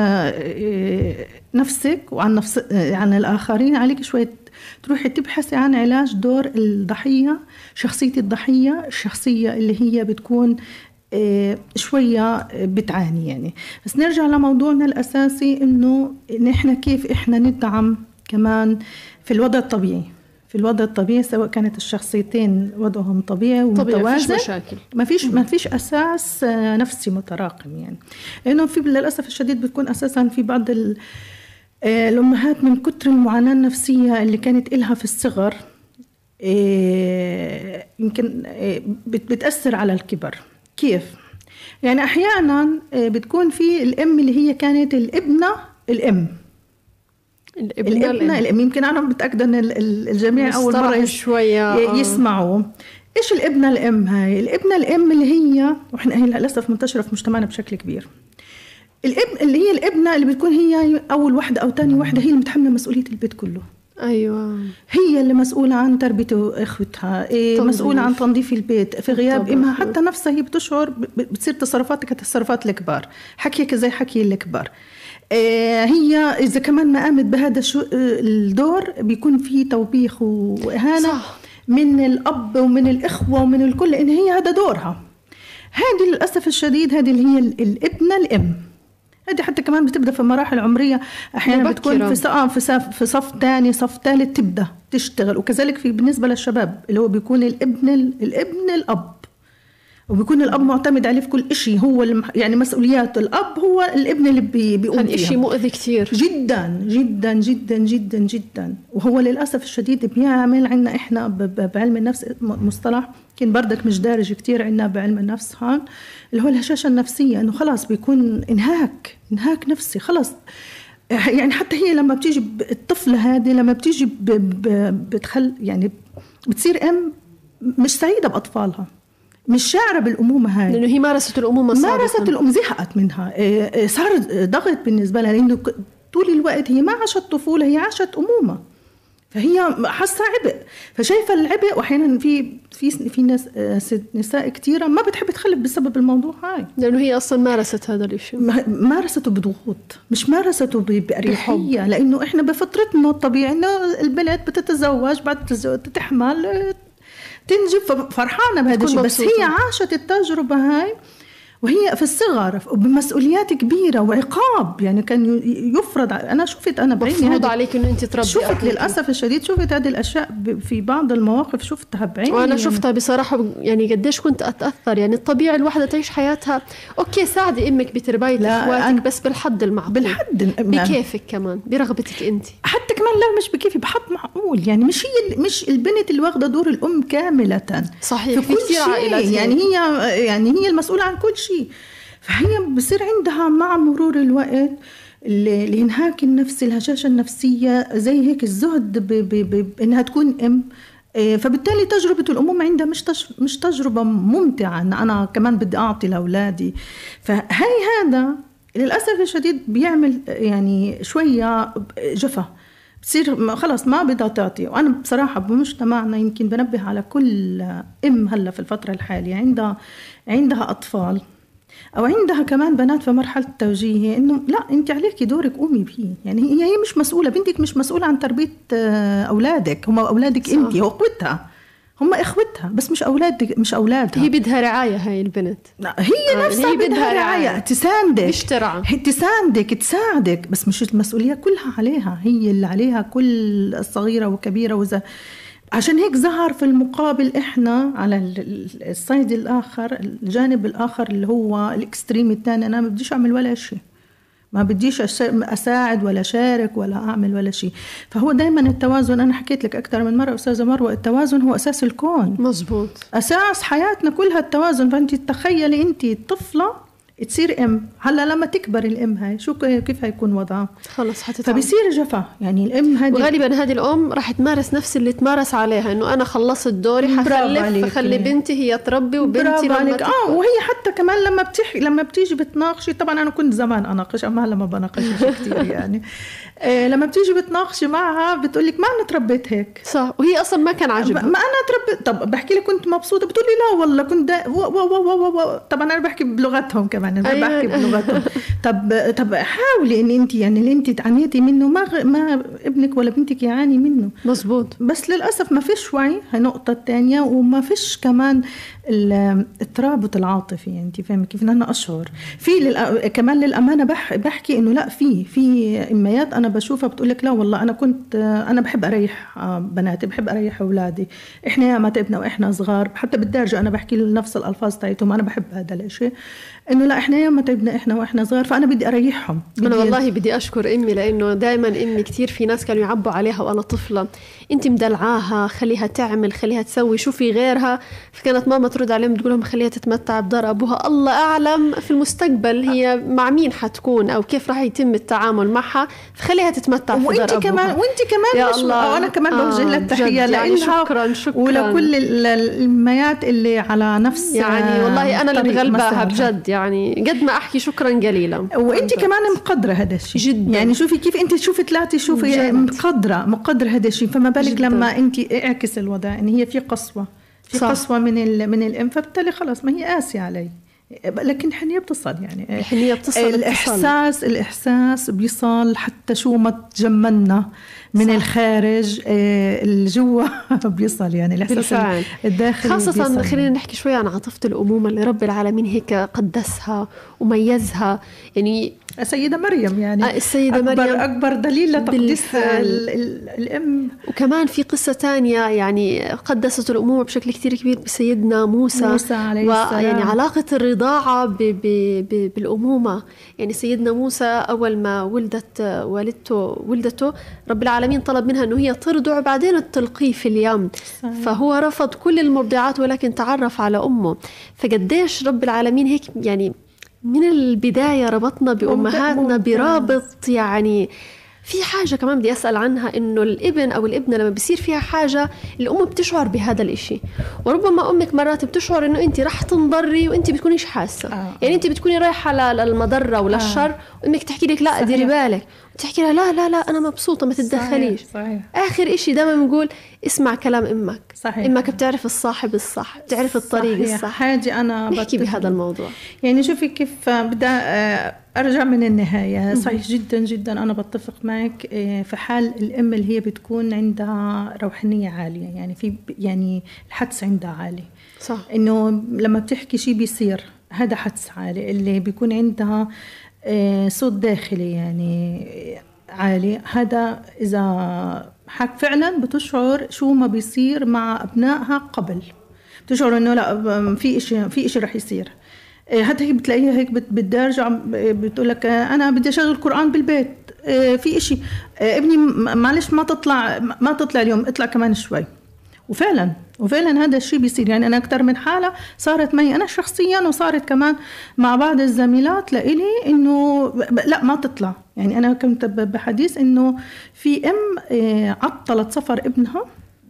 نفسك وعن عن الآخرين، عليك شوية تروحي تبحثي عن علاج دور الضحية، شخصية الضحية، الشخصية اللي هي بتكون شوية بتعاني يعني. بس نرجع لموضوعنا الأساسي إنه نحن كيف إحنا ندعم كمان في الوضع الطبيعي. في الوضع الطبيعي سواء كانت الشخصيتين وضعهم طبيعي ومتوازن، ما فيش أساس نفسي متراكم يعني. لأنه في للأسف الشديد بتكون أساسا في بعض الأمهات من كتر المعاناة النفسية اللي كانت إلها في الصغر يمكن بتأثر على الكبر. كيف؟ يعني أحيانا بتكون في الأم اللي هي كانت الابنة الأم يمكن أنا متأكدة أن الجميع أول مرة يسمعوا إيش الابنة الأم. هاي الابنة الأم اللي هي وإحنا للأسف منتشرة في مجتمعنا بشكل كبير. الابن اللي هي الابنة اللي بتكون هي أول واحدة أو تاني واحدة، هي اللي متحملة مسؤولية البيت كله. أيوة، هي اللي مسؤولة عن تربية إخوتها، مسؤولة عن تنظيف البيت في غياب إمها. حتى نفسها هي بتشعر بتصير تصرفاتك كتصرفات الكبار، حكيك زي حكي الكبار. هي إذا كمان ما قامت بهذا الدور بيكون في توبيخ وإهانة من الأب ومن الإخوة ومن الكل، إن هي هذا دورها. هذه للأسف الشديد هذه اللي هي الابنة الأم. هذه حتى كمان بتبدأ في مراحل عمرية أحيانا بتكون في صف تاني صف ثالث تبدأ تشتغل. وكذلك بالنسبة للشباب اللي هو بيكون الابن الأب، وبيكون الأب معتمد عليه في كل إشي، هو يعني مسؤوليات الأب هو الابن اللي بيقوم فيها. هالإشي مؤذي كتير جدا جدا جدا جدا جدا. وهو للأسف الشديد بيعمل عنا إحنا بعلم النفس مصطلح كان بردك مش دارج كتير عنا بعلم النفس هان، اللي هو الهشاشة النفسية. إنه خلاص بيكون إنهاك نفسي خلاص. يعني حتى هي لما بتيجي الطفلة هذه لما بتيجي يعني بتصير أم مش سعيدة بأطفالها، مش شاعرة بالأمومة هاي، لأنه هي مارست الأمومة زهقت منها. صار ضغط بالنسبة لها، لأنه طول الوقت هي ما عاشت طفولة، هي عاشت أمومة، فهي حاسة عبء، فشايفة العبء. وأحيانا في ناس نساء كتيرة ما بتحب تخلف بسبب الموضوع هاي، لأنه هي أصلا مارست هذا الشيء، مارسته بضغوط مش مارسته بأريحية. لأنه إحنا بفترتنا الطبيعي إنه البنت بتتزوج بعد تحمل تنجب فرحانة بهذا الشيء، بس هي عاشت التجربة هاي وهي في الصغر وبمسؤوليات كبيرة وعقاب، يعني كان يفرض. أنا شفت أنا بعيني مفروض عليك إنه أنت تربي. شفت للأسف الشديد، شفت هذه الأشياء في بعض المواقف شفتها بعيني. وأنا شفتها بصراحة، يعني قديش كنت أتأثر. يعني الطبيعي الواحدة تعيش حياتها أوكي، ساعدي أمك بتربية إخواتك بس بالحد المعقول، بالحد بكيفك كمان، برغبتك أنت حتى كمان. لا مش بكيفي، بحد معقول. يعني مش البنت اللي واخدة دور الأم كاملة. صحيح، في كل شيء. يعني هي المسؤولة عن كل شيء. فهي بصير عندها مع مرور الوقت الانهاك النفسي، الهشاشة النفسية، زي هيك الزهد بإنها تكون أم. فبالتالي تجربة الأمومة عندها مش تجربة ممتعة. أنا كمان بدي أعطي لأولادي. هذا للأسف الشديد بيعمل يعني شوية جفا، بصير خلاص ما بدها تعطي. وأنا بصراحة بمجتمعنا يمكن بنبه على كل أم هلا في الفترة الحالية عندها أطفال أو عندها كمان بنات في مرحلة التوجيه، إنه لا أنت عليكي دورك قومي بيه. يعني هي مش مسؤولة، بنتك مش مسؤولة عن تربية أولادك، هم أولادك أنت وأخوتها، هم إخوتها بس مش أولادها. هي بدها رعاية، هاي البنت هي نفسها بدها رعاية، تساندك، مش ترعى، تساعدك، بس مش المسؤولية كلها عليها. هي اللي عليها كل الصغيرة وكبيرة عشان هيك ظهر في المقابل إحنا على الصيد الآخر، الجانب الآخر اللي هو الإكستريم الثاني. أنا ما بديش أعمل ولا شيء، ما بديش أساعد ولا شارك ولا أعمل ولا شيء. فهو دايما التوازن. أنا حكيت لك أكثر من مرة أستاذة مروة، التوازن هو أساس الكون. مزبوط، أساس حياتنا كلها التوازن. فأنت تخيلي أنت طفلة تصير أم، هلا لما تكبر الأم هاي كيف هيكون وضعها؟ خلص حتتعب، فبصير جفا. يعني الأم هذه وغالبا هذه الأم راح تمارس نفس اللي تمارس عليها، إنه أنا خلصت دوري حخلف، فخلي بنتي هي تربي وبنتي لما وهي حتى كمان لما بتيجي بتناقشي. طبعا أنا كنت زمان أناقش، أما هلا ما بناقشش كتير يعني. لما بتيجي بتناقشي معها بتقولك ما أنا تربيت هيك، صح، وهي أصلا ما كان عاجبها. ما أنا تربيت. طب بحكي لك كنت مبسوطة، بتقولي لا والله كنت طبعا أنا بحكي بلغتهم كمان، أنا بحكي بلغتهم. طب حاولي إن أنت يعني اللي أنت تعانيتي منه ما ابنك ولا بنتك يعاني منه. مزبوط، بس للأسف ما فيش وعي، هي نقطة تانية. وما فيش كمان الترابط العاطفي. أنت فاهمة كيف؟ إن أنا أشعر كمان للأمانة بحكي إنه لا، في إميات أنا بشوفها بتقولك لا والله أنا بحب أريح بناتي، بحب أريح أولادي. إحنا يا ما تعبنا وإحنا صغار، حتى بالدرجة أنا بحكي نفس الألفاظ تاعتهم. أنا بحب هذا الشيء، إنه لا إحنا يا ما تعبنا إحنا وإحنا صغار، فأنا بدي أريحهم. أنا والله بدي أشكر أمي، لأنه دائما أمي كتير في ناس كانوا يعبوا عليها وأنا طفلة، أنت مدلعاها، خليها تعمل، خليها تسوي، شوفي غيرها. فكانت ماما ترد عليهم تقول لهم خليها تتمتع بدار أبوها، الله أعلم في المستقبل هي مع مين حتكون أو كيف راح يتم التعامل معها، فخليها تتمتع في دار أبوها. وأنت كمان مش وأنا كمان بوجه لها التحية لإلها. شكرا ولكل الأميات اللي على نفس يعني والله أنا اللي مغلباها بجد، يعني قد ما أحكي شكرا قليلا. وأنت كمان مقدرة هذا الشيء جدا. يعني شوفي كيف أنت طلعتي شوفي مقدرة هذا الشيء. فما بالك جداً. لما أنت اعكس الوضع إن هي في قسوة من الأم، فبالتالي خلاص ما هي قاسية علي. لكن الحنية بتصل، يعني الحنية بتصل، الإحساس بيصل حتى شو ما تجملنا من الخارج الجوا بيصل، يعني الإحساس الداخلي خاصة بيصل. خلينا نحكي شوي عن عاطفة الأمومة اللي رب العالمين هيك قدسها وميزها. يعني السيدة مريم، يعني السيدة مريم أكبر دليل لتقديسها الأم. وكمان في قصة تانية يعني قدست الأمومة بشكل كتير كبير بسيدنا موسى عليه السلام. يعني علاقة الرضاعة بالأمومة. يعني سيدنا موسى أول ما ولدته رب العالمين طلب منها أنه هي ترضع بعدين تلقيه في اليم. فهو رفض كل المرضعات ولكن تعرف على أمه. فقديش رب العالمين هيك يعني من البداية ربطنا بأمهاتنا برابط. يعني في حاجة كمان بدي أسأل عنها، إنه الابن أو الابنة لما بيصير فيها حاجة الأم بتشعر بهذا الإشي، وربما أمك مرات بتشعر إنه أنت رح تنضري وأنت بتكونيش حاسة. يعني أنت بتكوني رايحة للمضرة ولا الشر، وأمك تحكي لك لا ديري بالك، وتحكي لها لا لا لا أنا مبسوطة ما تتدخليش. صحيح. آخر إشي دائما بنقول اسمع كلام أمك. صحيح. أمك بتعرف الصاحب الصح، بتعرف الطريق الصح. حاجة أنا بحكي بهذا الموضوع. يعني شوفي كيف بدأ أرجع من النهاية. صحيح جدا جدا أنا بتفق معك في حال الأم اللي هي بتكون عندها روحانية عالية، يعني يعني الحدس عندها عالي. صح. إنه لما بتحكي شيء بيصير هذا حدس عالي، اللي بيكون عندها صوت داخلي يعني عالي. هذا إذا فعلا بتشعر شو ما بيصير مع أبنائها قبل، بتشعر إنه لا في إشي رح يصير. حتى هي بتلاقيها هيك بترجع بتقول لك أنا بدي أشغل القرآن بالبيت، في إشي ابني معلش ما تطلع اليوم، اطلع كمان شوي. وفعلا هذا الشيء بيصير. يعني أنا أكتر من حالة صارت معي أنا شخصيا، وصارت كمان مع بعض الزميلات لإلي إنه لا ما تطلع. يعني أنا كنت بحديث إنه في عطلت سفر ابنها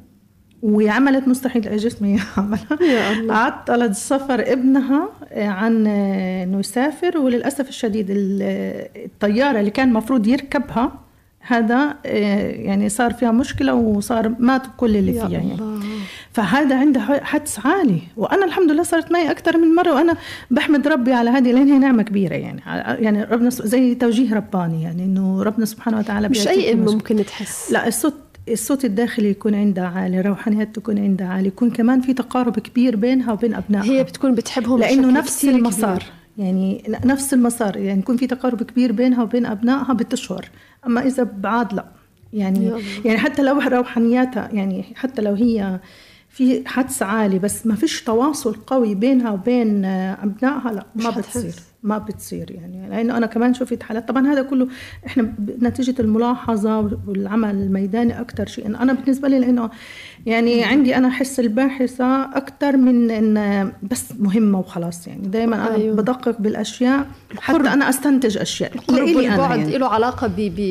وعملت مستحيل جسمي عملها، عطلت سفر ابنها عن إنه يسافر. وللأسف الشديد الطيارة اللي كان مفروض يركبها هذا يعني صار فيها مشكلة وصار مات كل اللي فيها يعني. فهذا عنده حدس عالي. وأنا الحمد لله صارت معي أكتر من مرة، وأنا بحمد ربي على هذه لأن هي نعمة كبيرة. يعني ربنا زي توجيه رباني، يعني إنه ربنا سبحانه وتعالى مش أي أم ممكن تحس. لا، الصوت الداخلي يكون عندها عالي، روحانيات تكون عندها عالي، يكون كمان في تقارب كبير بينها وبين أبنائها. هي بتكون بتحبهم لأنه نفس المسار كبير. يعني نفس المسار، يعني يكون في تقارب كبير بينها وبين أبنائها بتشعر. أما إذا بعاد لا، يعني حتى لو روحانياتها، يعني حتى لو هي في حدس عالي بس ما فيش تواصل قوي بينها وبين أبنائها، لا ما بتصير يعني. لأنه أنا كمان شفت حالات. طبعا هذا كله إحنا نتيجة الملاحظة والعمل الميداني أكتر شيء. أنا بالنسبة لي لأنه يعني عندي أنا حس الباحثة أكتر من إن بس مهمة وخلاص. يعني دائما أنا بدقق بالأشياء حتى أنا أستنتج أشياء. البعد يعني له علاقة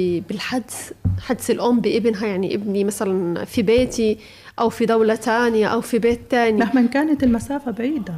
حدس الأم بابنها. يعني ابني مثلا في بيتي أو في دولة تانية أو في بيت تاني، مهما كانت المسافة بعيدة،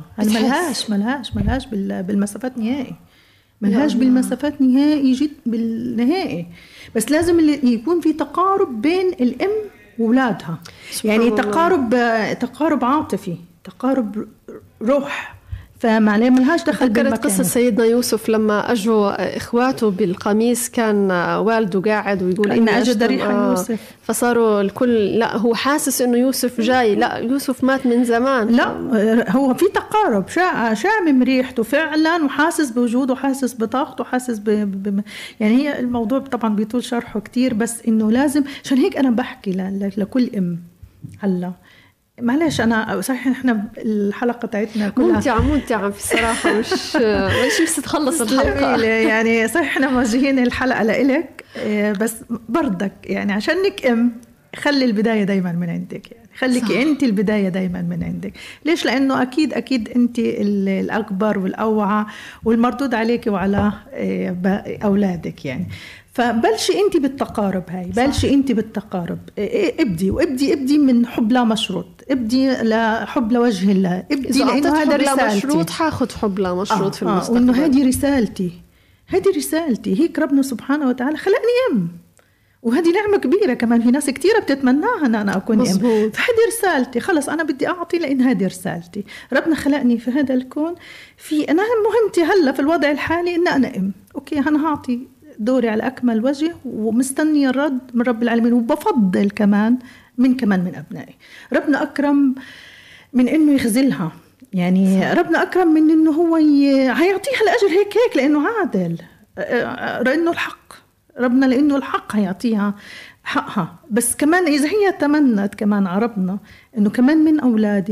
ملهاش بالمسافات نهائي، ملهاش بالمسافات نهائي جد بالنهائي. بس لازم اللي يكون في تقارب بين الأم وولادها، يعني تقارب عاطفي، تقارب روح. فمعناه ملهاش دخل بالمكان. ذكرت قصة سيدنا يوسف لما أجوا إخواته بالقميص، كان والده قاعد ويقول إن أجد ريحة يوسف، فصاروا الكل لا هو حاسس إنه يوسف جاي، لا يوسف مات من زمان. لا هو في تقارب، شامم ريحته فعلا، وحاسس بوجوده، وحاسس بطاقته، وحاسس يعني هي الموضوع طبعا بيطول شرحه كتير، بس إنه لازم. عشان هيك أنا بحكي لكل أم هلا معلش. أنا صحيح إحنا الحلقة تاعتنا كلها ممتعة في الصراحة، مش بس تخلص الحلقة يعني. صحيح إحنا موجهين الحلقة لإلك، بس برضك يعني عشانك أم خلي البداية دايما من عندك. يعني خليك أنت البداية دايما من عندك. ليش؟ لأنه أكيد أنت الأكبر والأوعى، والمردود عليك وعلى أولادك يعني. فبلشي انت بالتقارب هاي، بلشي انت بالتقارب. ابدي من حب لا مشروط، ابدي لحب لوجه الله، ابدي لانه هذا رسالتي. مشروط حاخذ حب لا مشروط في المستقبل، وانه هذه رسالتي. هيك ربنا سبحانه وتعالى خلقني ام، وهذه نعمة كبيرة كمان. في ناس كتيرة بتتمناها ان انا اكون ام. فهذه رسالتي، خلص انا بدي اعطي لان هذه رسالتي. ربنا خلقني في هذا الكون، انا مهمتي هلا في الوضع الحالي ان انا ام. اوكي، انا هعطي دوري على أكمل وجه، ومستنية الرد من رب العالمين. وبفضل كمان من أبنائي. ربنا أكرم من إنه يخزلها، يعني ربنا أكرم من إنه هو هيعطيها الأجر هيك لأنه عادل، لأنه الحق. ربنا لأنه الحق هيعطيها حقها. بس كمان إذا هي تمنت كمان عربنا إنه كمان من أولادي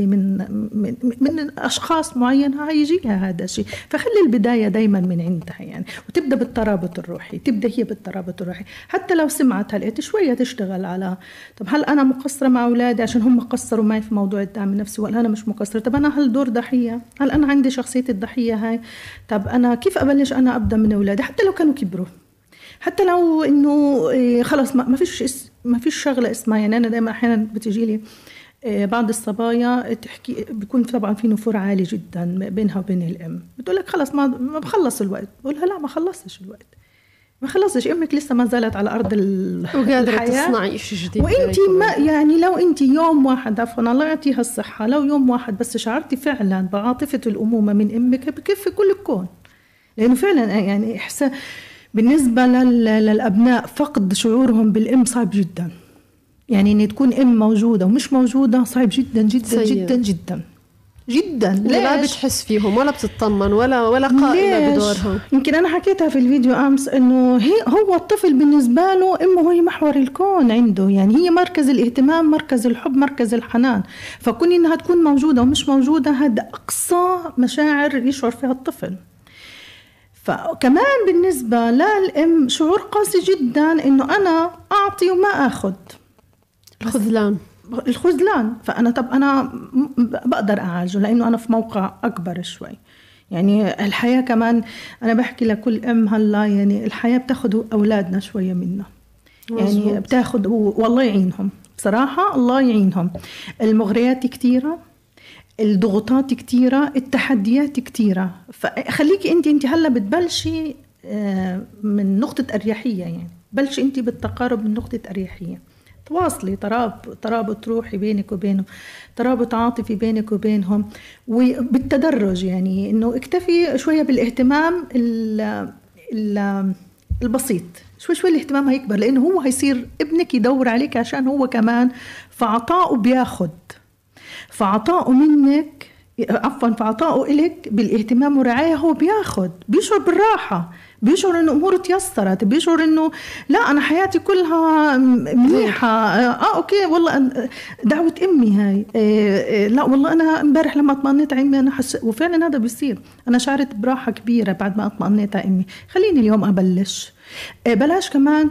من أشخاص معينة هيجيها هذا الشيء. فخلي البداية دايما من عندها يعني، وتبدأ بالترابط الروحي. تبدأ هي بالترابط الروحي. حتى لو سمعت هلقيت شوية تشتغل على طب هل أنا مقصرة مع أولادي عشان هم قصروا معي في موضوع الدعم النفسي، ولا أنا مش مقصرة؟ طب أنا هل دور ضحية؟ هل أنا عندي شخصية الضحية هاي؟ طب أنا كيف أبلش أنا أبدأ من أولادي حتى لو كانوا كبروا، حتى لو إنه خلاص ما فيش شغلة اسمها. يعني أنا دائما أحيانا بتجي لي بعض الصبايا تحكي، بيكون طبعا في نفور عالي جدا بينها وبين الأم، بتقول لك خلاص ما بخلص الوقت. بقولها لا، ما خلصش الوقت، ما خلصش. أمك لسه ما زالت على أرض وقادرة تصنعي شيء جديد. وإنتي ما يعني لو إنتي يوم واحد، عفوا الله يعطيها الصحة، لو يوم واحد بس شعرتي فعلا بعاطفة الأمومة من أمك بكفي كل الكون. لأنه فعلا يعني إحساس بالنسبة للأبناء فقد شعورهم بالأم صعب جدا. يعني إن تكون أم موجودة ومش موجودة صعب جدا جدا جدا جدا. جدا. لا بتحس فيهم ولا بتطمن ولا قائمة بدورهم. يمكن أنا حكيتها في الفيديو أمس إنه هو الطفل بالنسبة له أمه هي محور الكون عنده، يعني هي مركز الاهتمام، مركز الحب، مركز الحنان. فكون إنها تكون موجودة ومش موجودة هذا أقصى مشاعر يشعر فيها الطفل. فكمان بالنسبة للأم شعور قاسي جدا إنه أنا أعطي وما أخذ، الخذلان. فأنا أنا بقدر أعالجه لأنه أنا في موقع أكبر شوي. يعني الحياة كمان أنا بحكي لكل أم هلا، يعني الحياة بتاخد أولادنا شوية منا، يعني بتاخد، والله يعينهم بصراحة، الله يعينهم. المغريات كتيرة، الضغوطات كتيرة، التحديات كتيرة. فخليكي انت هلا بتبلشي من نقطة أريحية، يعني بلشي انت بالتقارب من نقطة أريحية، تواصلي ترابط روحي بينك وبينهم، ترابط عاطفي بينك وبينهم، وبالتدرج. يعني انه اكتفي شوية بالاهتمام البسيط، شوي الاهتمام هيكبر، لانه هو هيصير ابنك يدور عليك عشان هو كمان فعطاؤه بياخد، فعطاؤه منك، عفوا فعطاؤه إلك بالاهتمام والرعاية هو بياخد، بيشعر بالراحة، بيشعر انه اموره تيسرت، بيشعر انه لا انا حياتي كلها منيحه. اوكي والله دعوه امي هاي، لا والله انا امبارح لما اطمئنيت على امي انا وفعلا هذا بيصير، انا شعرت براحه كبيره بعد ما اطمئنيت على امي. خليني اليوم ابلش، بلاش كمان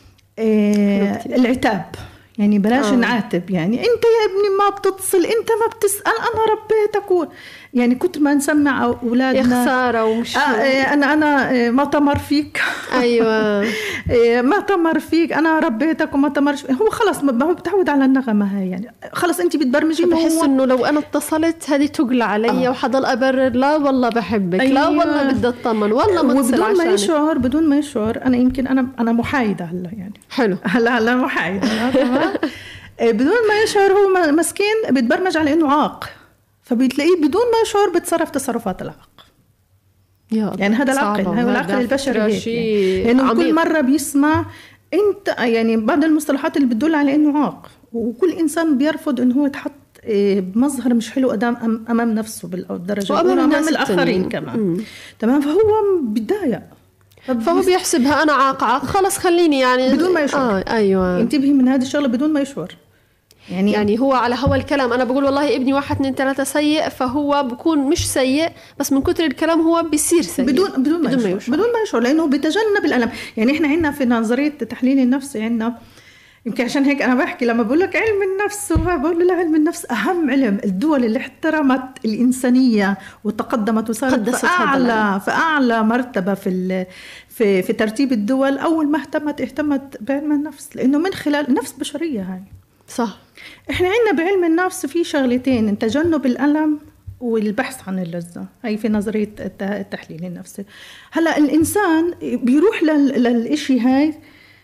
العتاب، يعني بلاش نعاتب، يعني انت يا ابني ما بتتصل، انت ما بتسأل، انا ربيتك يعني كنت ما نسمع اولادنا يا خساره ومش انا ما تمر فيك. ايوه ما تمر فيك، انا ربيتك وما تمرش. هو خلص ما هو بتعود على النغمه هاي، يعني خلص انت بتبرمجي. بحس انه لو انا اتصلت هذه تقلع علي وحضل ابرر، لا والله بحبك، لا والله بدي اطمن، والله ما تصل عشانك، بدون ما يشعر. انا يمكن انا محايده هلا، يعني حلو هلا محايده تمام. بدون ما يشعر هو مسكين بيتبرمج على انه عاق، فبتلاقيه بدون ما يشعر بتصرف تصرفات العاق. يعني هذا العقل، هو العقل البشري هيك، يعني لانه كل مره بيسمع انت، يعني بعض المصطلحات اللي بتدل على انه عاق، وكل انسان بيرفض انه هو يتحط بمظهر مش حلو امام نفسه بالدرجه الاولى، امام الاخرين كمان. تمام. فهو بيتضايق، فهو بيحسبها انا عاق خلص خليني، يعني بدون ما يشعر. ايوه انتبهي من هذه الشغله بدون ما يشعر. يعني هو على هوا الكلام انا بقول والله ابني 1 2 3 سيء، فهو بكون مش سيء، بس من كتر الكلام هو بيصير سيء بدون ما يشعر، لانه بيتجنب الالم. يعني احنا عندنا في نظريه التحليل النفسي عندنا، يمكن عشان هيك انا بحكي لما بقول لك علم النفس، وبقول له علم النفس اهم علم. الدول اللي احترمت الانسانيه وتقدمت وصارت في اعلى مرتبه في ترتيب الدول، اول ما اهتمت بعلم النفس، لانه من خلال النفس بشريه هاي. صح. احنا عندنا بعلم النفس في شغلتين، تجنب الألم والبحث عن اللذة، هاي في نظرية التحليل النفسي. هلا الإنسان بيروح للإشي هاي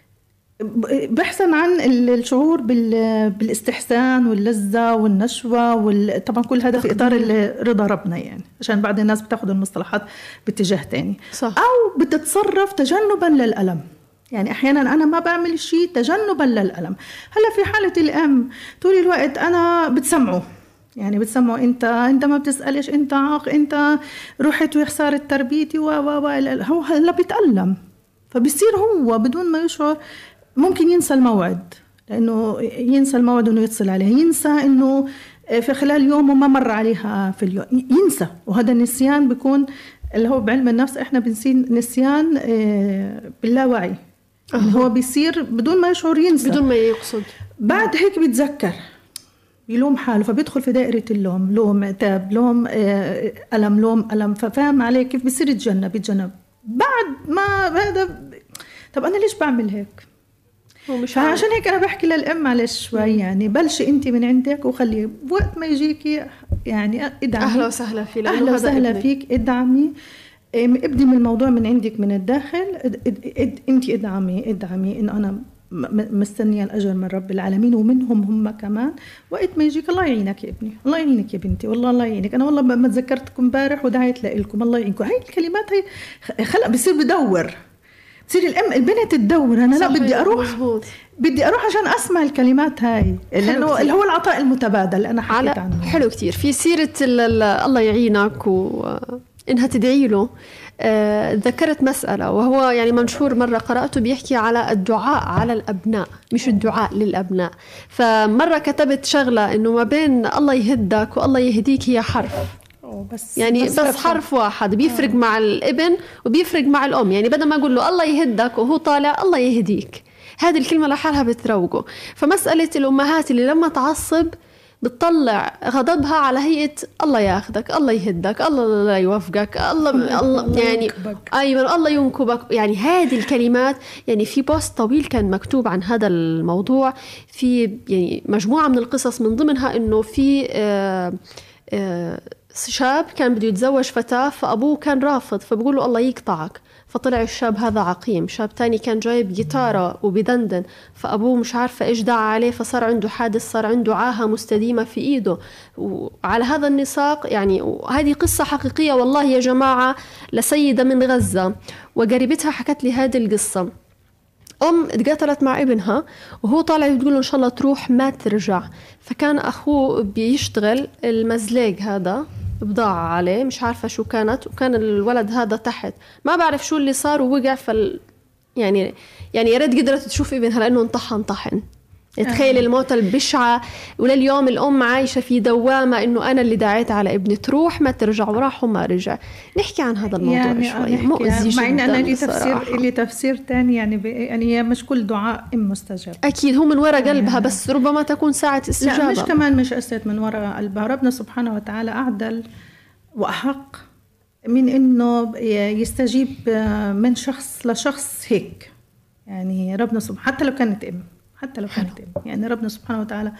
بحثا عن الشعور بالاستحسان واللذة والنشوة طبعا كل هذا في إطار رضا ربنا، يعني عشان بعض الناس بتاخد المصطلحات باتجاه تاني. صح. أو بتتصرف تجنبا للألم، يعني أحيانا أنا ما بعمل شيء تجنبا للألم. هلا في حالة الأم طول الوقت أنا بتسمعه، يعني بتسمعه أنت ما بتسألش، أنت عاق، أنت رحت وخسارة تربيتي هو هلا بيتألم، فبيصير هو بدون ما يشعر ممكن ينسى الموعد، لأنه ينسى الموعد إنه يتصل عليه، ينسى إنه في خلال يومه ما مر عليها في اليوم، ينسى. وهذا النسيان بيكون اللي هو بعلم النفس إحنا بنسين نسيان باللاوعي، اللي هو بيصير بدون ما يشعر، ينسى بدون ما يقصد. بعد هيك بيتذكر، يلوم حاله، فبيدخل في دائرة اللوم، لوم عتاب، لوم ألم، لوم ألم. ففهم عليه كيف بيصير يتجنب بعد ما هذا. طب أنا ليش بعمل هيك؟ فعشان هيك أنا بحكي للأم معلش شوي، يعني بلشي أنت من عندك وخلي وقت ما يجيكي يعني ادعمي. أهلا وسهلا فيك، أهلا وسهلا فيك، ادعمي، ابدي من الموضوع من عندك من الداخل. انت ادعمي انه انا مستنيه الاجر من رب العالمين ومنهم هم كمان. وقت ما يجيك الله يعينك يا ابني، الله يعينك يا بنتي، والله الله يعينك، انا والله ما تذكرتكم امبارح ودعيت لكم، الله يعينكم. هاي الكلمات هي بصير بدور تصير البنت تدور أنا لا بدي أروح مزبوط. بدي أروح عشان أسمع الكلمات هاي لأنه اللي هو العطاء المتبادل أنا حكيت عنه. حلو كتير. في سيرة الله يعينك وإنها تدعي له ذكرت مسألة وهو يعني منشور مرة قرأته بيحكي على الدعاء على الأبناء مش الدعاء للأبناء. فمرة كتبت شغلة إنه ما بين الله يهدك والله يهديك هي حرف بس يعني بس حرف واحد بيفرق مع الابن وبيفرق مع الأم. يعني بدل ما أقول له الله يهدك وهو طالع الله يهديك هذه الكلمة لحالها بتروقه. فمسألة الأمهات اللي لما تعصب بتطلع غضبها على هيئة الله ياخدك الله يهدك الله لا يوفقك الله يعني أيوة الله ينكبك. يعني هذه الكلمات يعني في بوست طويل كان مكتوب عن هذا الموضوع في يعني مجموعة من القصص من ضمنها إنه في شاب كان بده يتزوج فتاة فأبوه كان رافض فبقول له الله يقطعك. فطلع الشاب هذا عقيم. شاب تاني كان جايب جيتارة وبدندن فأبوه مش عارفة إيش دعا عليه فصار عنده حادث صار عنده عاهة مستديمة في إيده. وعلى هذا النساق يعني وهذه قصة حقيقية والله يا جماعة لسيدة من غزة وقريبتها حكت لي هذه القصة. اتقاتلت مع ابنها وهو طالع يقول له إن شاء الله تروح ما ترجع. فكان أخوه بيشتغل المزلاق هذا بضاعة عليه مش عارفة شو كانت وكان الولد هذا تحت ما بعرف شو اللي صار ووقع يعني يا ريت قدرت تشوف ابنها لأنه طحن. تخيل الموت البشعة. ولليوم الأم عايشة في دوامة إنه أنا اللي دعيت على ابني تروح ما ترجع وراح وما رجع. نحكي عن هذا الموضوع يعني شوي مؤذي جدا. مع إن أنا لي تفسير تاني يعني هي مش كل دعاء مستجاب أكيد هو من وراء قلبها بس ربما تكون ساعة استجابة. لا مش كمان مش أسد من وراء قلبها. ربنا سبحانه وتعالى أعدل وأحق من إنه يستجيب من شخص لشخص هيك. يعني ربنا سبحانه حتى لو كانت يعني ربنا سبحانه وتعالى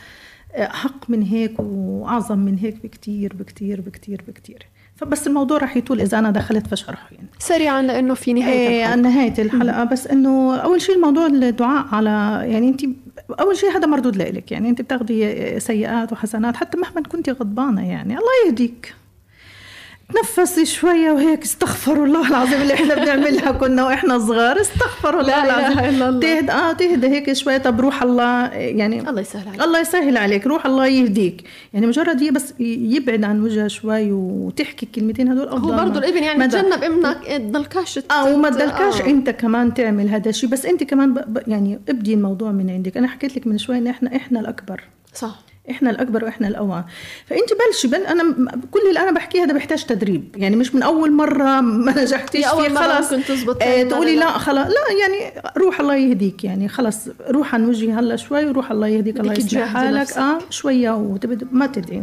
حق من هيك وأعظم من هيك بكتير بكتير بكتير بكتير. فبس الموضوع رح يطول إذا أنا دخلت فشرحه يعني سريعا لأنه في نهاية الحلقة. بس إنه أول شيء الموضوع الدعاء على يعني أنت أول شيء هذا مردود لإلك. يعني أنت بتاخدي سيئات وحسنات حتى مهما كنتي غضبانة يعني الله يهديك تنفسي شوية وهيك استغفر الله العظيم اللي احنا بنعملها كنا واحنا صغار استغفر الله العظيم تهدى هيك شوية. طب روح الله يعني الله يسهل عليك روح الله يهديك. يعني مجرد هي بس يبعد عن وجهها شوي وتحكي الكلمتين هدول أفضل. هو برضو الابن يعني تجنب ابنك تضلكاش وما تضلكاش انت كمان تعمل هذا الشيء. بس انت كمان يعني ابدي الموضوع من عندك. انا حكيت لك من شوي ان احنا الأكبر صح احنا الأكبر واحنا الأوعى. فانت بلشي انا كل اللي انا بحكيه هذا بيحتاج تدريب. يعني مش من اول مرة ما نجحتيش فيه خلاص تقولي لا خلاص لا. يعني روح الله يهديك يعني خلاص روح عن وجهي هلا شوي وروح الله يهديك الله يصلح حالك شوية وتبدأ ما تدعي.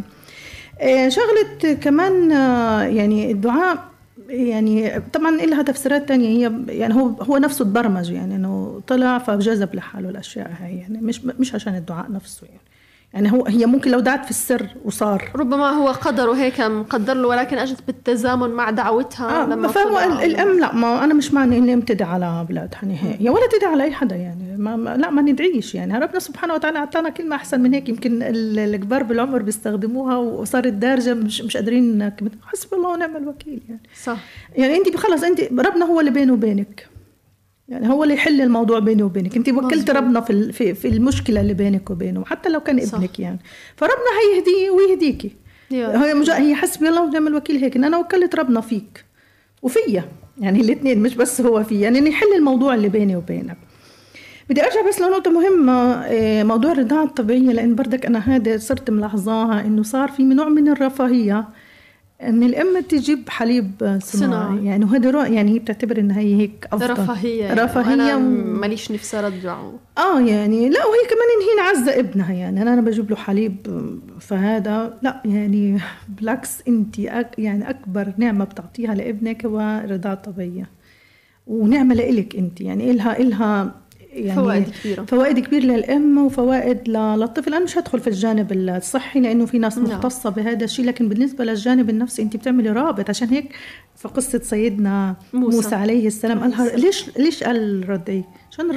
شغلة كمان يعني الدعاء يعني طبعا إلها تفسيرات تانية. هي يعني هو نفسه تبرمج يعني انه طلع فجذب لحاله الاشياء هاي يعني مش عشان الدعاء نفسه يعني هي ممكن لو دعت في السر وصار ربما هو قدره هيك مقدر له ولكن اجت بالتزامن مع دعوتها لما فهو الام لا ما انا مش معني اني تدعي على اولادها نهائيا ولا تدعي على اي حدا يعني ما ندعيش. يعني ربنا سبحانه وتعالى اعطانا كلمه احسن من هيك. يمكن الكبار بالعمر بيستخدموها وصارت دارجه مش قادرين حسبي الله ونعم الوكيل يعني صح. يعني انت خلص انت ربنا هو اللي بينه وبينك. يعني هو اللي يحل الموضوع بيني وبينك. انت وكلت ربنا في المشكله اللي بينك وبينه حتى لو كان ابنك يعني. فربنا هيهديه ويهديكي. هي حسبي الله ونعم الوكيل. هيك ان انا وكلت ربنا فيك وفيا يعني الاثنين مش بس هو فيا يعني يحل الموضوع اللي بيني وبينك. بدي ارجع بس لنقطه مهمه موضوع الرضاعه الطبيعيه لان بردك انا هذا صرت ملاحظاها انه صار في نوع من الرفاهيه ان الام تجيب حليب صناعي يعني وهذا يعني هي بتعتبر ان هي هيك افضل رفاهيه انا ماليش نفسي ارجعه يعني لا. وهي كمان ان هي نعزة ابنها يعني انا بجيب له حليب فهذا لا يعني بالعكس انت يعني اكبر نعمه بتعطيها لابنك هو الرضاعه الطبيعيه ونعمه لإلك انت يعني إلها يعني فوائد كبيرة للأم وفوائد للطفل. أنا مش هدخل في الجانب الصحي لأنه في ناس مختصة بهذا الشيء لكن بالنسبة للجانب النفسي أنت بتعملي رابط. عشان هيك في قصة سيدنا موسى عليه السلام قالها ليش قال ردي عشان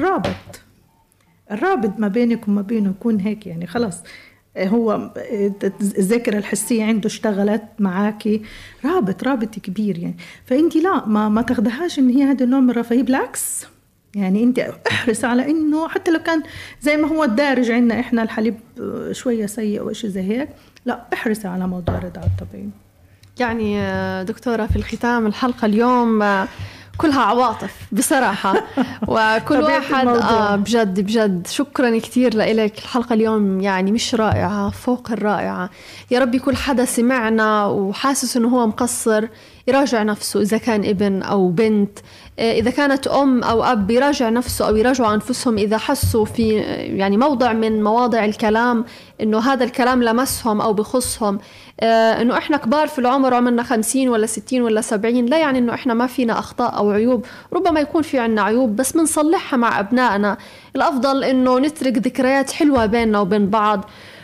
الرابط ما بينك وما بينه يكون هيك يعني خلاص هو الذاكرة الحسية عنده اشتغلت معاكي رابط كبير يعني. فأنت لا ما تاخدهاش إن هي هذا النوع من الرفاهية. بالعكس يعني أنت احرص على إنه حتى لو كان زي ما هو الدارج عندنا إحنا الحليب شوية سيء أو شيء زي هيك، لا احرص على موضوع الرضاعة الطبيعي. يعني دكتورة في الختام الحلقة اليوم كلها عواطف بصراحة وكل واحد بجد بجد شكرا كتير لإلك. الحلقة اليوم يعني مش رائعة، فوق الرائعة. يا ربي كل حدا سمعنا وحاسس إنه هو مقصر يراجع نفسه، إذا كان ابن أو بنت، إذا كانت أم أو أب يراجع نفسه أو يراجعوا أنفسهم إذا حسوا في يعني موضع من مواضع الكلام إنه هذا الكلام لمسهم أو بخصهم. إنه إحنا كبار في العمر عمرنا 50 ولا 60 ولا 70، لا يعني إنه إحنا ما فينا أخطاء أو عيوب، ربما يكون في عنا عيوب بس منصلحها مع أبنائنا. الأفضل إنه نترك ذكريات حلوة بيننا وبين بعض.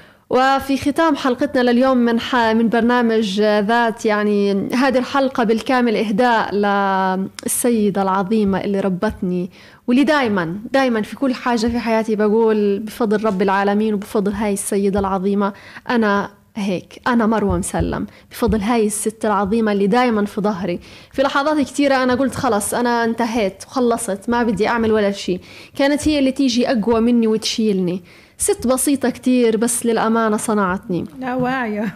وفي ختام حلقتنا لليوم من برنامج ذات، يعني هذه الحلقة بالكامل إهداء للسيدة العظيمة اللي ربتني، واللي دايما في كل حاجة في حياتي بقول بفضل رب العالمين وبفضل هاي السيدة العظيمة أنا هيك، أنا مروة مسلم، بفضل هاي الست العظيمة اللي دايما في ظهري. في لحظات كتيرة أنا قلت خلص أنا انتهيت وخلصت ما بدي أعمل ولا شيء، كانت هي اللي تيجي أقوى مني وتشيلني. ست بسيطة كتير بس للأمانة صنعتني. لا واعية.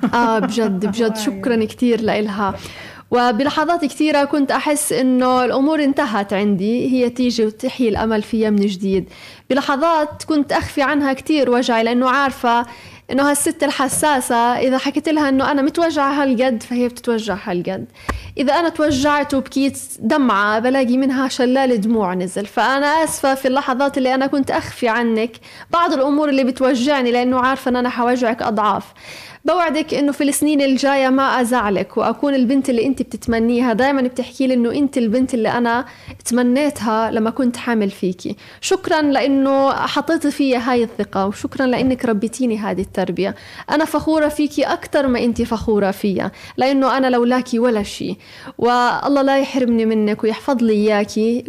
بجد شكرا كتير لإلها. وبلحظات كتيرة كنت أحس إنه الأمور انتهت عندي، هي تيجي وتحيي الأمل فيها من جديد. بلحظات كنت أخفي عنها كتير وجعي، لأنه عارفة إنه هالست الحساسة إذا حكيت لها إنه أنا متوجعة هالقد فهي بتتوجع هالقد. إذا أنا توجعت وبكيت دمعة بلاقي منها شلال دموع نزل. فأنا آسفة في اللحظات اللي أنا كنت أخفي عنك بعض الأمور اللي بتوجعني، لأنه عارفة أن أنا حوجعك أضعاف. بوعدك إنه في السنين الجاية ما أزعلك وأكون البنت اللي أنت بتتمنيها. دايما بتحكي لي إنه أنت البنت اللي أنا تمنيتها لما كنت حامل فيكي. شكرا لأنه حطيت فيها هاي الثقة، وشكرا لأنك ربيتيني هذه التربية. أنا فخورة فيكي أكتر ما أنت فخورة فيا، لأنه أنا لولاكي ولا شيء. والله لا يحرمني منك ويحفظ لي إياكي.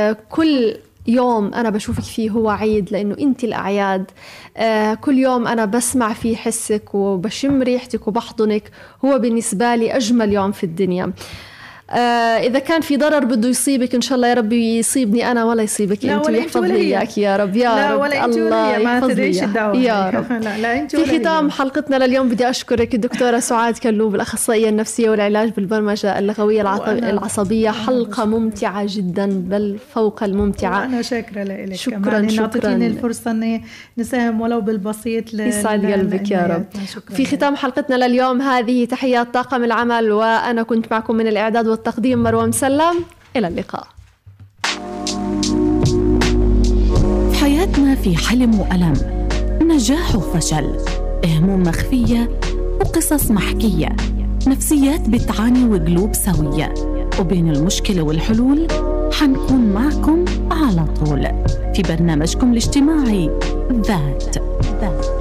كل يوم أنا بشوفك فيه هو عيد، لأنه أنت الأعياد. كل يوم أنا بسمع فيه حسك وبشم ريحتك وبحضنك، هو بالنسبة لي أجمل يوم في الدنيا. إذا كان في ضرر بده يصيبك إن شاء الله يا رب يصيبني أنا ولا يصيبك أنت، ويحفظ لي إياك يا رب. يا رب الله يحفظ لي يا رب. في ختام حلقتنا لليوم بدي أشكرك الدكتورة سعاد كلوب، الأخصائية النفسية والعلاج بالبرمجة اللغوية العصبية. حلقة ممتعة جدا بل فوق الممتعة. أنا شاكرة لك شكرا إن أعطيتيني الفرصة إني نساهم ولو بالبسيط. يسعد قلبك يا رب. في ختام حلقتنا لليوم هذه تحيات طاقم العمل، وأنا كنت معكم من الإعداد والتقديم مروة مسلم. إلى اللقاء. حياتنا في حلم وألم، نجاح وفشل، هموم مخفية وقصص محكية، نفسيات بتعاني وقلوب سوية، وبين المشكلة والحلول حنكون معكم على طول في برنامجكم الاجتماعي ذات.